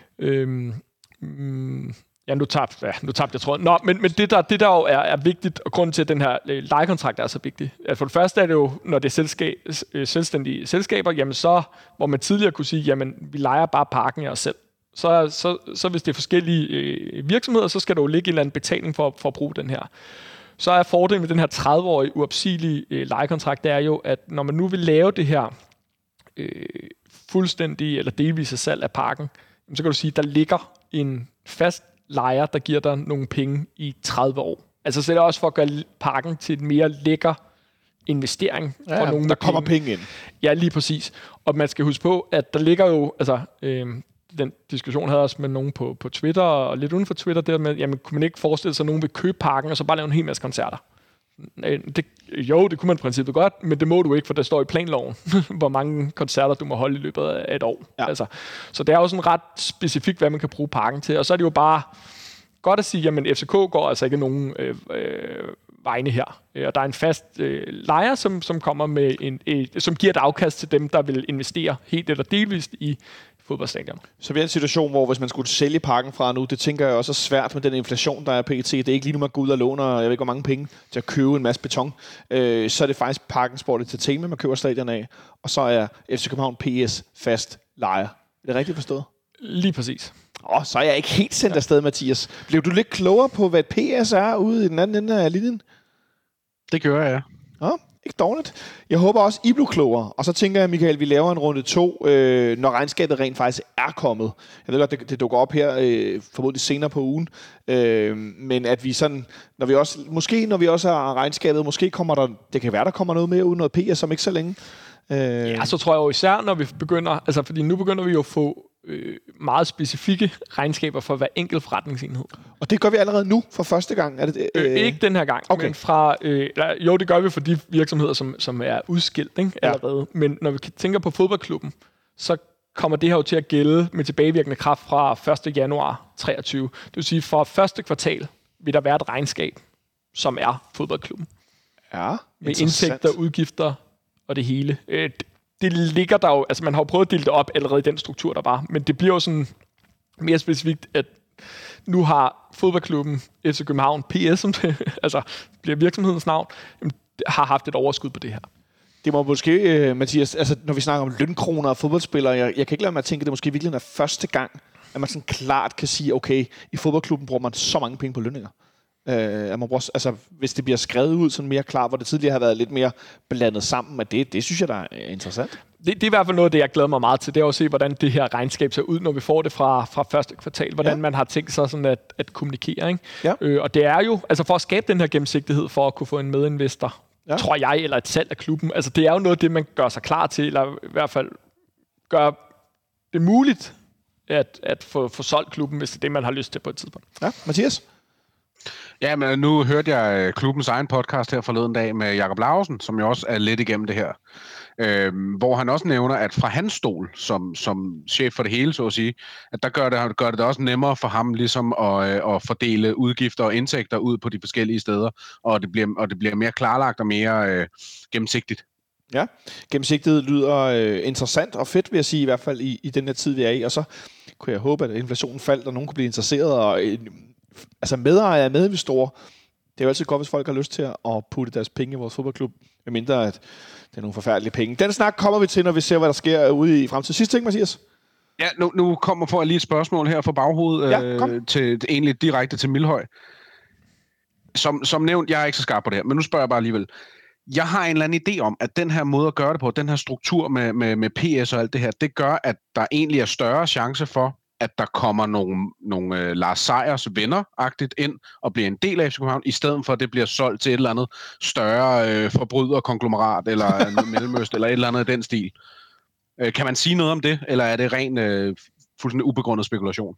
Ja, nu tabte jeg tråden. Nå, men det der jo er vigtigt, og grunden til, at den her lejekontrakt er så vigtig. Altså for det første er det jo, når det er selvstændige selskaber, jamen så, hvor man tidligere kunne sige, jamen vi lejer bare parken af os selv. Så hvis det er forskellige virksomheder, så skal der jo ligge en eller anden betaling for at bruge den her. Så er fordelen med den her 30-årige uopsigelige lejekontrakt, det er jo, at når man nu vil lave det her fuldstændige eller delvise salg af parken, så kan du sige, at der ligger en fast lejer, der giver dig nogle penge i 30 år. Altså så er det også for at gøre parken til en mere lækker investering for nogen, der kommer penge ind. Ja, lige præcis. Og man skal huske på, at der ligger jo, altså den diskussion havde også med nogen på Twitter, og lidt uden for Twitter, der med, jamen kunne man ikke forestille sig, at nogen vil købe parken, og så bare lave en hel masse koncerter? Det kunne man i princippet godt, men det må du ikke, for der står i planloven, hvor mange koncerter du må holde i løbet af et år. Ja. Altså, så det er jo sådan ret specifikt, hvad man kan bruge parken til. Og så er det jo bare godt at sige, jamen FCK går altså ikke nogen vegne her. Og der er en fast lejer, som kommer med som giver et afkast til dem, der vil investere helt eller delvist i fodboldstadion. Så vi er en situation, hvor hvis man skulle sælge parken fra nu, det tænker jeg også er svært med den inflation, der er pt. Det er ikke lige nu, man går ud og låner, jeg ved ikke, hvor mange penge til at købe en masse beton. Så er det faktisk Parken Sport Entertainment, man køber stadion af, og så er FC København PS fast lejer. Er det rigtigt forstået? Lige præcis. Så er jeg ikke helt sendt afsted, Mathias. Blev du lidt klogere på, hvad PS er ude i den anden ende af linjen? Det gør jeg, ja. Ikke dårligt. Jeg håber også, I blev klogere. Og så tænker jeg, Michael, vi laver en runde 2, når regnskabet rent faktisk er kommet. Jeg ved godt, det dukker op her formodentlig senere på ugen. Men at vi sådan, når vi også har regnskabet, måske kommer der, det kan være, der kommer noget mere ud, noget PS, som ikke så længe. Ja, så tror jeg jo især, når vi begynder, altså fordi nu begynder vi jo at få meget specifikke regnskaber for hver enkelt forretningsenhed. Og det gør vi allerede nu for første gang? Er det, ikke den her gang, men fra... jo, det gør vi for de virksomheder, som er udskilt, ikke, allerede. Men når vi tænker på fodboldklubben, så kommer det her jo til at gælde med tilbagevirkende kraft fra 1. januar 23. Det vil sige, for første kvartal vil der være et regnskab, som er fodboldklubben. Ja, med indtægter, udgifter og det hele. Det ligger der jo, altså man har jo prøvet at dele det op allerede i den struktur, der var, men det bliver jo sådan mere specifikt, at nu har fodboldklubben FC København PS, som det, altså bliver virksomhedens navn, har haft et overskud på det her. Det må måske, Mathias, altså når vi snakker om lønkroner og fodboldspillere, jeg kan ikke lade mig at tænke, at det måske virkelig er første gang, at man sådan klart kan sige, okay, i fodboldklubben bruger man så mange penge på lønninger. Altså, hvis det bliver skrevet ud sådan mere klart, hvor det tidligere har været lidt mere blandet sammen med det synes jeg, der er interessant. Det er i hvert fald noget af det, jeg glæder mig meget til. Det er at se, hvordan det her regnskab ser ud, når vi får det fra første kvartal. Hvordan man har tænkt sig sådan at kommunikere. Ikke? Ja. Og det er jo, altså for at skabe den her gennemsigtighed, for at kunne få en medinvestor, tror jeg, eller et salg af klubben. Altså det er jo noget af det, man gør sig klar til, eller i hvert fald gør det muligt at få solgt klubben, hvis det er det, man har lyst til på et tidspunkt. Ja, Mathias? Ja, men nu hørte jeg klubbens egen podcast her forleden dag med Jakob Larsen, som jo også er lidt igennem det her. Hvor han også nævner, at fra hans stol, som chef for det hele, så at sige, at der gør det også nemmere for ham ligesom at fordele udgifter og indtægter ud på de forskellige steder, og det bliver mere klarlagt og mere gennemsigtigt. Ja, gennemsigtighed lyder interessant og fedt, vil jeg sige, i hvert fald i den her tid, vi er i. Og så kunne jeg håbe, at inflationen faldt, og nogen kunne blive interesseret, og altså medejere og medinvestorer, Det er jo altid godt, hvis folk har lyst til at putte deres penge i vores fodboldklub, medmindre at det er nogle forfærdelige penge. Den snak kommer vi til, når vi ser, hvad der sker ude i fremtiden. Sidste ting, Mathias? Ja, nu kommer for lige et spørgsmål her fra baghovedet til egentlig direkte til Mildhøj. Som nævnt, jeg er ikke så skarp på det her, men nu spørger jeg bare alligevel. Jeg har en eller anden idé om, at den her måde at gøre det på, den her struktur med PS og alt det her, det gør, at der egentlig er større chance for, at der kommer nogle Lars Seiers venner-agtigt ind og bliver en del af FC København, i stedet for, at det bliver solgt til et eller andet større forbryderkonglomerat, eller noget Mellemøst, eller et eller andet af den stil. Kan man sige noget om det, eller er det ren fuldstændig ubegrundet spekulation?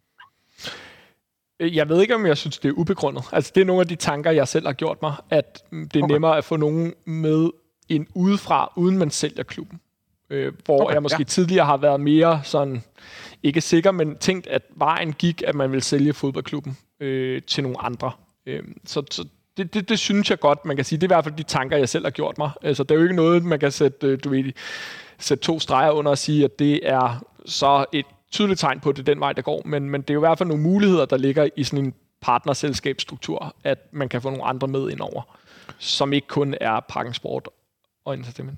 Jeg ved ikke, om jeg synes, det er ubegrundet. Altså, det er nogle af de tanker, jeg selv har gjort mig, at det er nemmere at få nogen med ind udefra, uden man sælger klubben. Hvor jeg måske tidligere har været mere sådan, ikke sikker, men tænkt, at vejen gik, at man vil sælge fodboldklubben til nogle andre. Så det synes jeg godt, man kan sige. Det er i hvert fald de tanker, jeg selv har gjort mig. Altså, det er jo ikke noget, man kan sætte, sætte 2 streger under og sige, at det er så et tydeligt tegn på, at det er den vej, der går. Men det er jo i hvert fald nogle muligheder, der ligger i sådan en partnerselskabsstruktur, at man kan få nogle andre med indover, som ikke kun er Parken Sport og Entertainment.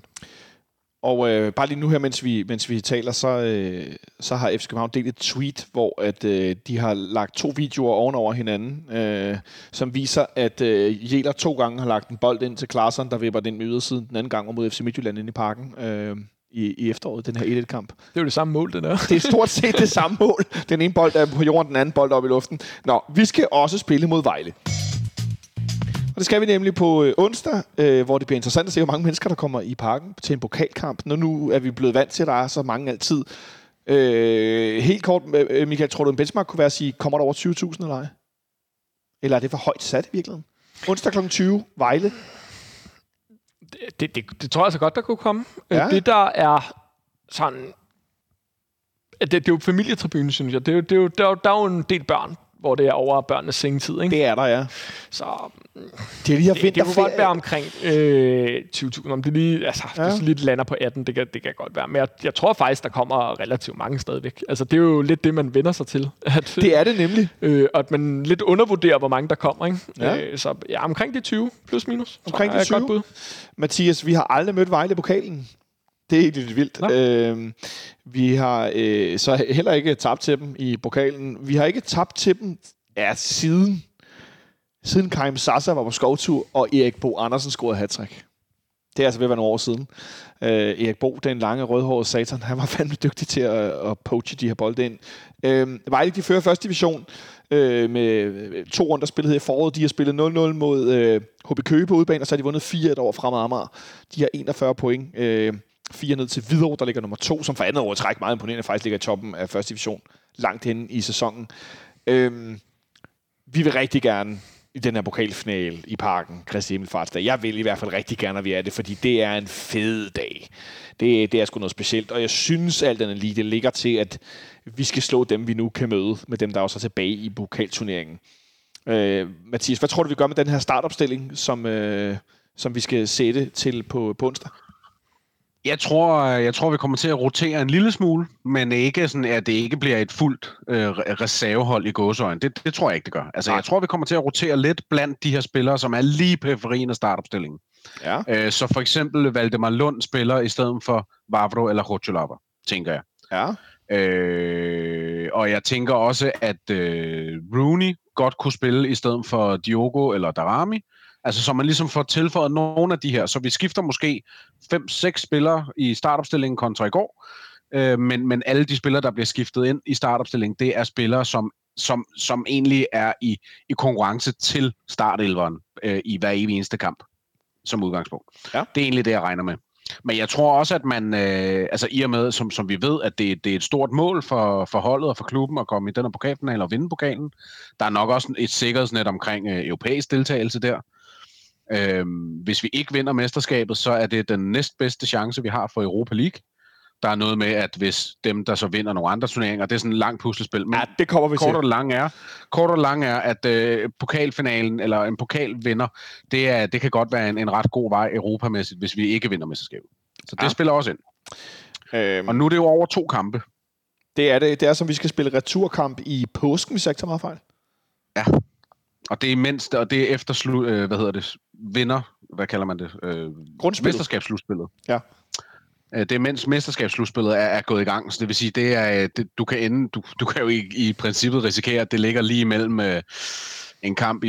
Og bare lige nu her, mens vi taler, så har FC København delt et tweet, hvor at de har lagt 2 videoer ovenover hinanden, som viser, at Jæler 2 gange har lagt en bold ind til Klaarsson, der vipper den ydersiden. Den anden gang var mod FC Midtjylland inde i Parken i efteråret, den her 1-1-kamp. Det er jo det samme mål, det der. Det er stort set det samme mål. Den ene bold er på jorden, den anden bold op i luften. Nå, vi skal også spille mod Vejle. Og det skal vi nemlig på onsdag, hvor det bliver interessant at se, hvor mange mennesker, der kommer i Parken til en pokalkamp. Nu er vi blevet vant til, at der er så mange altid. Helt kort, Michael, tror du en benchmark kunne være at sige, kommer der over 20.000 eller ej? Eller er det for højt sat i virkeligheden? Onsdag kl. 20, Vejle. Det tror jeg så godt, der kunne komme. Ja. Det, der er sådan... Det er jo familietribunen, synes jeg. Der er jo en del børn, hvor det er over børnenes sengetid, ikke? Det er der, ja. Så det er lige det kunne godt være omkring 20.000. Om det lige, altså, det så lidt lander på 18, det kan godt være. Men jeg tror faktisk, der kommer relativt mange stadigvæk. Altså, det er jo lidt det, man vender sig til. Det er det nemlig. At man lidt undervurderer, hvor mange der kommer, ikke? Ja. Så ja, omkring de 20, plus minus. Omkring de 20. Godt bud. Mathias, vi har aldrig mødt Vejle i pokalen. Det er helt lidt vildt. Vi har så heller ikke tabt til dem i pokalen. Vi har ikke tabt til dem siden Karim Sasa var på skovtur, og Erik Bo Andersen scorede hattrick. Det er altså ved at være nogle år siden. Erik Bo, den lange rødhårede satan, han var fandme dygtig til at poache de her bolde ind. Vejle, de fører første division med 2 runder spillet her i foråret. De har spillet 0-0 mod HB Køge på udebane, og så har de vundet 4-1 over Fremad Amager. De har 41 point. 4 ned til Hvidovre, der ligger nummer 2, som for andet år træk meget imponerende, faktisk ligger i toppen af første division, langt henne i sæsonen. Vi vil rigtig gerne i den her pokalfinale i Parken, Kristi Himmelfartsdag. Jeg vil i hvert fald rigtig gerne, at vi er det, fordi det er en fed dag. Det er sgu noget specielt, og jeg synes alt den lige, det ligger til, at vi skal slå dem, vi nu kan møde, med dem, der også er tilbage i pokalturneringen. Mathias, hvad tror du, vi gør med den her startopstilling, som vi skal sætte til på onsdag? Jeg tror, vi kommer til at rotere en lille smule, men ikke sådan, at det ikke bliver et fuldt reservehold i gåseøjne. Det tror jeg ikke, det gør. Altså, jeg tror, vi kommer til at rotere lidt blandt de her spillere, som er lige i periferien af startopstillingen. Ja. Så for eksempel Valdemar Lund spiller i stedet for Vavro eller Rotjolava, tænker jeg. Ja. Og jeg tænker også, at Rooney godt kunne spille i stedet for Diogo eller Darami. Altså, så man ligesom får tilføjet nogle af de her. Så vi skifter måske 5-6 spillere i startopstillingen kontra i går. Men alle de spillere, der bliver skiftet ind i startopstillingen, det er spillere, som egentlig er i konkurrence til startelveren i hver evig eneste kamp, som udgangspunkt. Ja. Det er egentlig det, jeg regner med. Men jeg tror også, at man, altså i og med, som vi ved, at det er et stort mål for holdet og for klubben at komme i den her pokalfinale og vinde pokalen. Der er nok også et sikkerhedsnet omkring europæisk deltagelse der. Hvis vi ikke vinder mesterskabet, så er det den næstbedste chance, vi har for Europa League. Der er noget med, at hvis dem, der så vinder nogle andre turneringer, det er sådan en lang puslespil. Men ja, det kommer vi til. Kort og lang er, at pokalfinalen eller en pokalvinder, det kan godt være en ret god vej europamæssigt, hvis vi ikke vinder mesterskabet. Så det spiller også ind. Og nu er det jo over 2 kampe. Det er det. Det er som vi skal spille returkamp i påsken, hvis jeg ikke tager meget fejl. Ja. Og det er mindst, og det er efter vinder, hvad kalder man det? Mesterskabsslutspillet. Ja. Det er mens mesterskabsslutspillet er gået i gang, så det vil sige, du kan jo i princippet risikere, at det ligger lige imellem en kamp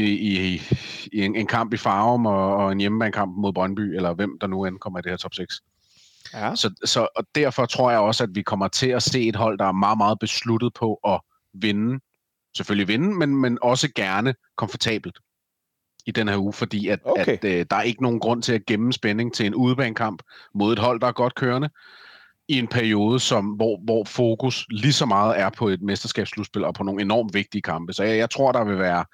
en kamp i Farum og en hjemmebanekamp mod Brøndby, eller hvem der nu end kommer i det her top 6. Ja. Så og derfor tror jeg også, at vi kommer til at se et hold, der er meget, meget besluttet på at vinde. Selvfølgelig vinde, men også gerne komfortabelt i den her uge, fordi at der er ikke nogen grund til at gemme spænding til en udebanekamp mod et hold, der er godt kørende, i en periode, hvor fokus lige så meget er på et mesterskabsslutspil og på nogle enormt vigtige kampe. Så jeg tror, der vil være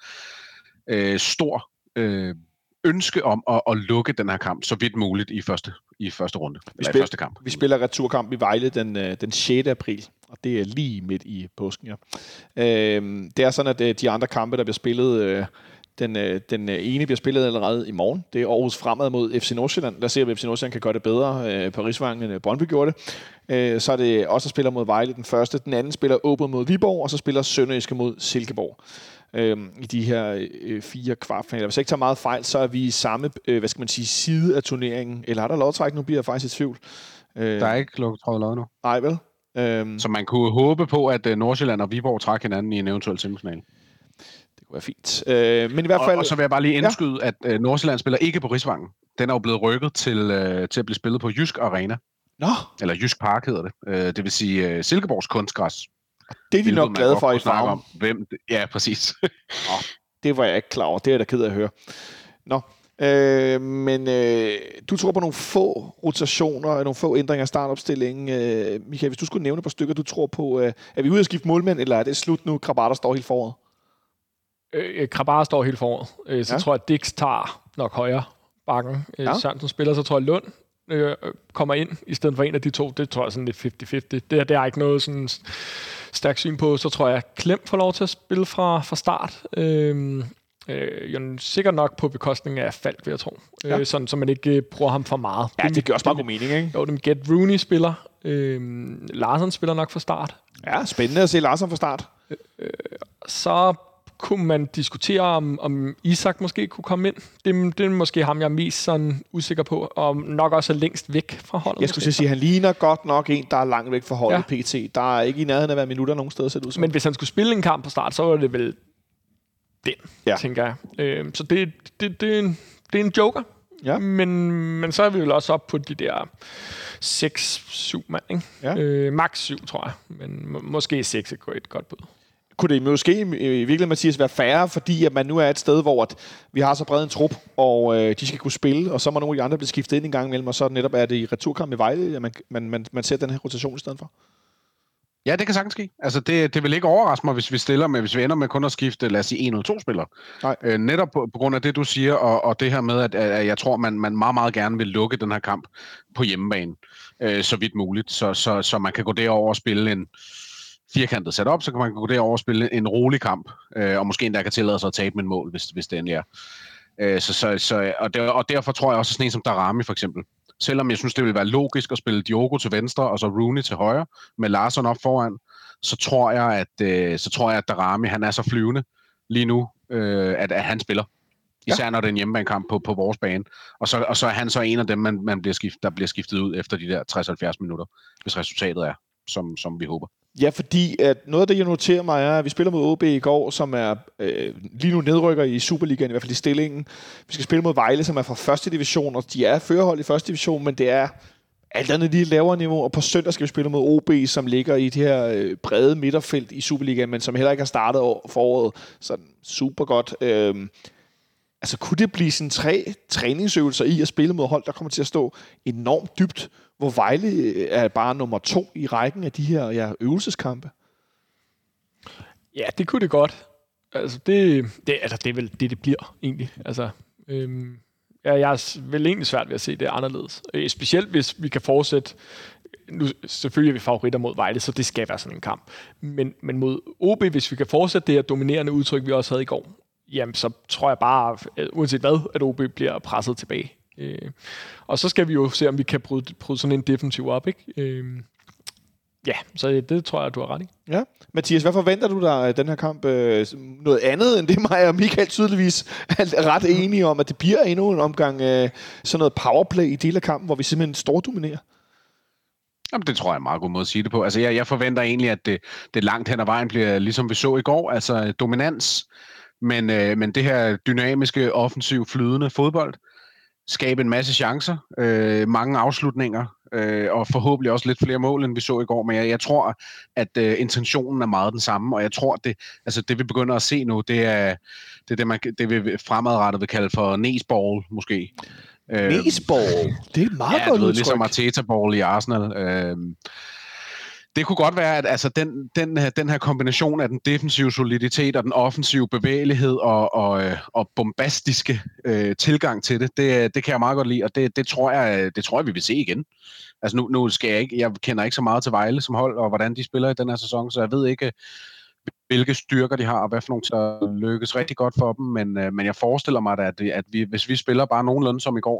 stor ønske om at lukke den her kamp så vidt muligt i første runde. Første kamp. Vi spiller returkamp i Vejle den 6. april, og det er lige midt i påsken. Ja. Det er sådan, at de andre kampe, der bliver spillet... Den ene bliver spillet allerede i morgen. Det er Aarhus Fremad mod FC Nordsjælland. Der ser vi, at FC Nordsjælland kan gøre det bedre på Rigsvangen, end Brøndby gjorde det. Så er det også, at spiller mod Vejle den første. Den anden spiller åbent mod Viborg, og så spiller Sønderjyske mod Silkeborg. I de her 4 kvartfinaler. Hvis jeg ikke tager meget fejl, så er vi i samme side af turneringen. Eller har der lovtræk? Nu bliver jeg faktisk i tvivl. Der er ikke lovtræk nu. Nej, vel? Så man kunne håbe på, at Nordsjælland og Viborg trækker hinanden i en eventuel semifinal. Det kunne være fint. Men i hvert fald... Og så vil jeg bare lige indskyde, at Nordsjælland spiller ikke på Rigsvangen. Den er jo blevet rykket til at blive spillet på Jysk Arena. Nå. Eller Jysk Park hedder det. Det vil sige Silkeborgs kunstgræs. Det er de nok glade for i Farum. Ja, præcis. Det var jeg ikke klar over. Det er jeg da ked af at høre. Nå. Men du tror på nogle få rotationer, nogle få ændringer af startopstillingen. Michael, hvis du skulle nævne et par stykker, du tror på, er vi ude at skifte målmænd, eller er det slut nu? Krabater står helt foråret. Krabater står helt foråret. Så tror jeg, at Dix tager nok højre bakken. Sørensen spiller, så tror jeg, Lund kommer ind i stedet for en af de to. Det tror jeg sådan lidt 50-50. Det er ikke noget sådan stærkt syn på. Så tror jeg, at Klem får lov til at spille fra start. Sikkert nok på bekostning af Falk, vil jeg tro. Sådan, så man ikke bruger ham for meget. Ja, det gør også meget god mening, ikke? Jo, dem Get Rooney spiller. Larsen spiller nok fra start. Ja, spændende at se Larsen fra start. Så kunne man diskutere, om Isak måske kunne komme ind. Det er måske ham, jeg er mest sådan usikker på, og nok også er længst væk fra holdet. Jeg skulle sige, at han ligner godt nok en, der er langt væk fra holdet PT. Der er ikke i nærheden af at være minutter nogen steder set ud som. Men hvis han skulle spille en kamp på start, så var det vel den, tænker jeg. Så det er en joker. Ja. Men så er vi vel også op på de der 6-7 mand, ikke? Ja. Max 7, tror jeg. Men måske 6 er et godt bud. Kunne det måske i virkeligheden, Mathias, være færre, fordi at man nu er et sted, hvor at vi har så bred en trup, og de skal kunne spille, og så må nogle af de andre blive skiftet ind en gang imellem, og så netop er det i returkamp i Vejle, at man ser den her rotation i stedet for? Ja, det kan sagtens ske. Altså, det vil ikke overraske mig, hvis vi ender med kun at skifte, lad os sige, 1 eller 2 spillere. Netop på grund af det, du siger, og det her med, at jeg tror, man meget, meget gerne vil lukke den her kamp på hjemmebane, så vidt muligt, så man kan gå derover og spille en firkantet setup, så kan man gå derover og spille en rolig kamp, og måske endda kan tillade sig at tabe med en mål, hvis det endelig er. Og derfor tror jeg også, sådan en som Darami for eksempel, selvom jeg synes, det vil være logisk at spille Diogo til venstre, og så Rooney til højre, med Larsson op foran, så tror jeg, at Darami, han er så flyvende lige nu, at han spiller. Især når det er en hjemmebanekamp på vores bane. Og så er han så en af dem, der bliver skiftet ud efter de der 60-70 minutter, hvis resultatet er, som vi håber. Ja, fordi at noget af det, jeg noterer mig, er, at vi spiller mod OB i går, som er lige nu nedrykker i Superligaen, i hvert fald i stillingen. Vi skal spille mod Vejle, som er fra første division, og de er førerhold i første division, men det er alt andet lige lavere niveau. Og på søndag skal vi spille mod OB, som ligger i det her brede midterfelt i Superligaen, men som heller ikke har startet foråret. Så super godt. Altså, kunne det blive sådan 3 træningsøvelser i at spille mod hold, der kommer til at stå enormt dybt, hvor Vejle er bare nummer 2 i rækken af de her øvelseskampe? Ja, det kunne det godt. Altså, det er vel det bliver, egentlig. Altså, jeg er vel egentlig svært ved at se det anderledes. Specielt hvis vi kan fortsætte. Nu, selvfølgelig er vi favoritter mod Vejle, så det skal være sådan en kamp. Men mod OB, hvis vi kan fortsætte det her dominerende udtryk, vi også havde i går, jamen, så tror jeg bare, uanset hvad, at OB bliver presset tilbage. Og så skal vi jo se, om vi kan bryde sådan en defensiv op, ikke? Ja, så det tror jeg, du har ret i. Ja. Mathias, hvad forventer du dig af den her kamp? Noget andet end det mig og Michael tydeligvis er ret enige om, at det bliver endnu en omgang sådan noget powerplay i del af kampen, hvor vi simpelthen stordominerer? Jamen, det tror jeg er en meget god måde at sige det på. Altså, jeg forventer egentlig, at det langt hen ad vejen bliver, ligesom vi så i går, altså dominans, men det her dynamiske, offensiv, flydende fodbold, skabe en masse chancer, mange afslutninger, og forhåbentlig også lidt flere mål, end vi så i går. Men jeg tror, at intentionen er meget den samme, og jeg tror, det vi begynder at se nu, det er det vi fremadrettet vil kalde for næsball, måske. Næsball? Det er et meget godt udtryk. Ligesom Arteta-ball i Arsenal. Det kunne godt være, at altså, den her kombination af den defensive soliditet og den offensive bevægelighed og bombastiske tilgang til det kan jeg meget godt lide, og det tror jeg, vi vil se igen. Altså nu skal jeg kender ikke så meget til Vejle som hold, og hvordan de spiller i den her sæson, så jeg ved ikke, hvilke styrker de har, og hvad for nogle, der lykkes rigtig godt for dem, men jeg forestiller mig da, at hvis vi spiller bare nogenlunde som i går,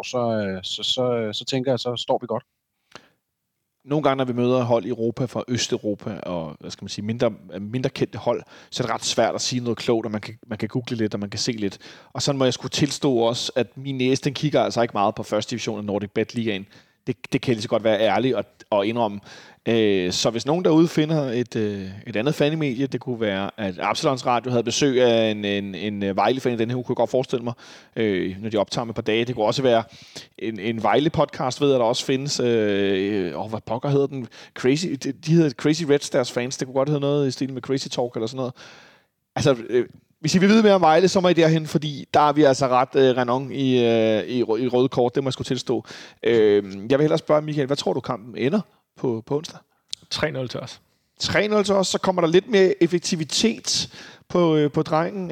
så tænker jeg, så står vi godt. Nogle gange, når vi møder hold i Europa fra Østeuropa og hvad skal man sige, mindre kendte hold, så er det ret svært at sige noget klogt, og man kan google lidt, og man kan se lidt. Og sådan må jeg skulle tilstå også, at min næse, den kigger altså ikke meget på første division af Nordic Bet Ligaen. Det kan lige så godt være ærlig og indrømme. Så hvis nogen derude finder et andet fanmedie, det kunne være, at Absalons Radio havde besøg af en Vejle-fan i den her uge, kunne jeg godt forestille mig, når de optager med et par dage. Det kunne også være en Vejle-podcast, ved jeg, der også findes. Hvad pokker hedder den? Crazy, de hedder Crazy Reds, deres fans. Det kunne godt hedde noget i stil med Crazy Talk eller sådan noget. Altså, hvis I vil vide mere om Vejle, så må I derhen, fordi der er vi altså ret renon i røde kort, det må jeg skulle tilstå. Jeg vil hellere spørge Michael, hvad tror du kampen ender på onsdag? 3-0 til os. 3-0 til os, så kommer der lidt mere effektivitet på drengen.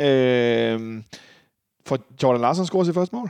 For Jordan Larsen scorer sit første mål.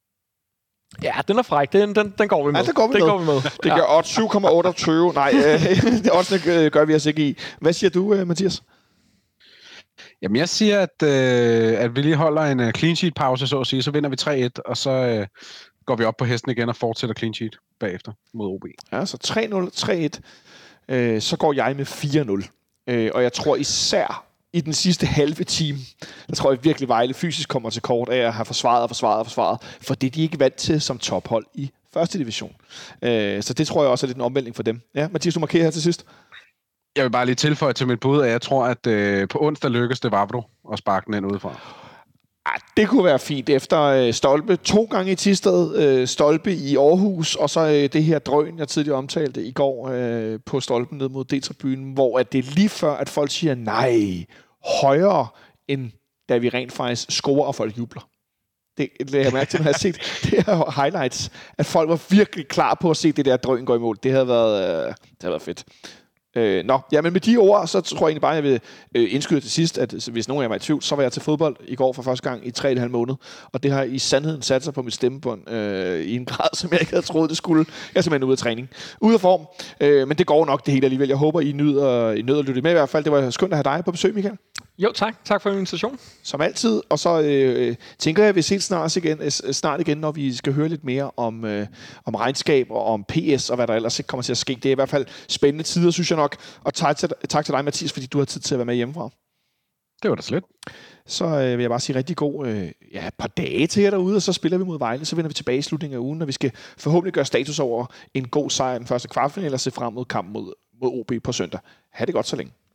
Ja, den er fræk. Den går vi med. Ja, den går vi med. Det gør odds 7,28. Nej, det oddsene gør vi os ikke i. Hvad siger du, Mathias? Jamen, jeg siger, at vi lige holder en clean sheet pause, så at sige. Så vinder vi 3-1, og så går vi op på hesten igen og fortsætter clean sheet bagefter mod OB. Ja, så 3-0, 3-1. Så går jeg med 4-0. Og jeg tror især i den sidste halve time, der tror jeg virkelig, Vejle fysisk kommer til kort af at have forsvaret. For det de ikke vant til som tophold i første division. Så det tror jeg også er lidt en omvæltning for dem. Ja, Mathias, du markerer her til sidst. Jeg vil bare lige tilføje til mit bud, at jeg tror, at på onsdag lykkes det Vavro at sparke den ind udefra. Det kunne være fint efter Stolpe 2 gange i Thisted, Stolpe i Aarhus, og så det her drøn, jeg tidligere omtalte i går på Stolpen ned mod D-tribunen, hvor at det er lige før, at folk siger nej, højere end da vi rent faktisk scorer, og folk jubler. Det lader jeg mærke til, når jeg har set det her highlights, at folk var virkelig klar på at se det der drøn gå i mål. Det havde været fedt. Men med de ord, så tror jeg egentlig bare, at jeg vil indskyde til sidst, at hvis nogen af jer var i tvivl, så var jeg til fodbold i går for første gang i 3,5 måned, og det har i sandheden sat sig på mit stemmebånd i en grad, som jeg ikke havde troet, det skulle. Jeg er simpelthen ude af træning. Ude af form, men det går nok det hele alligevel. Jeg håber, I nyder at lytte med i hvert fald. Det var skønt at have dig på besøg, Michael. Jo, tak. Tak for invitationen. Som altid. Og så tænker jeg, at vi ses snart igen, når vi skal høre lidt mere om regnskab og om PS og hvad der ellers ikke kommer til at ske. Det er i hvert fald spændende tider, synes jeg nok. Og tak til dig, Mathias, fordi du har tid til at være med hjemmefra. Det var da slet. Så vil jeg bare sige rigtig god et par dage til jer derude, og så spiller vi mod Vejle. Så vender vi tilbage i slutningen af ugen, og vi skal forhåbentlig gøre status over en god sejr i den første kvartfinale, og se frem mod kampen mod OB på søndag. Ha' det godt så længe.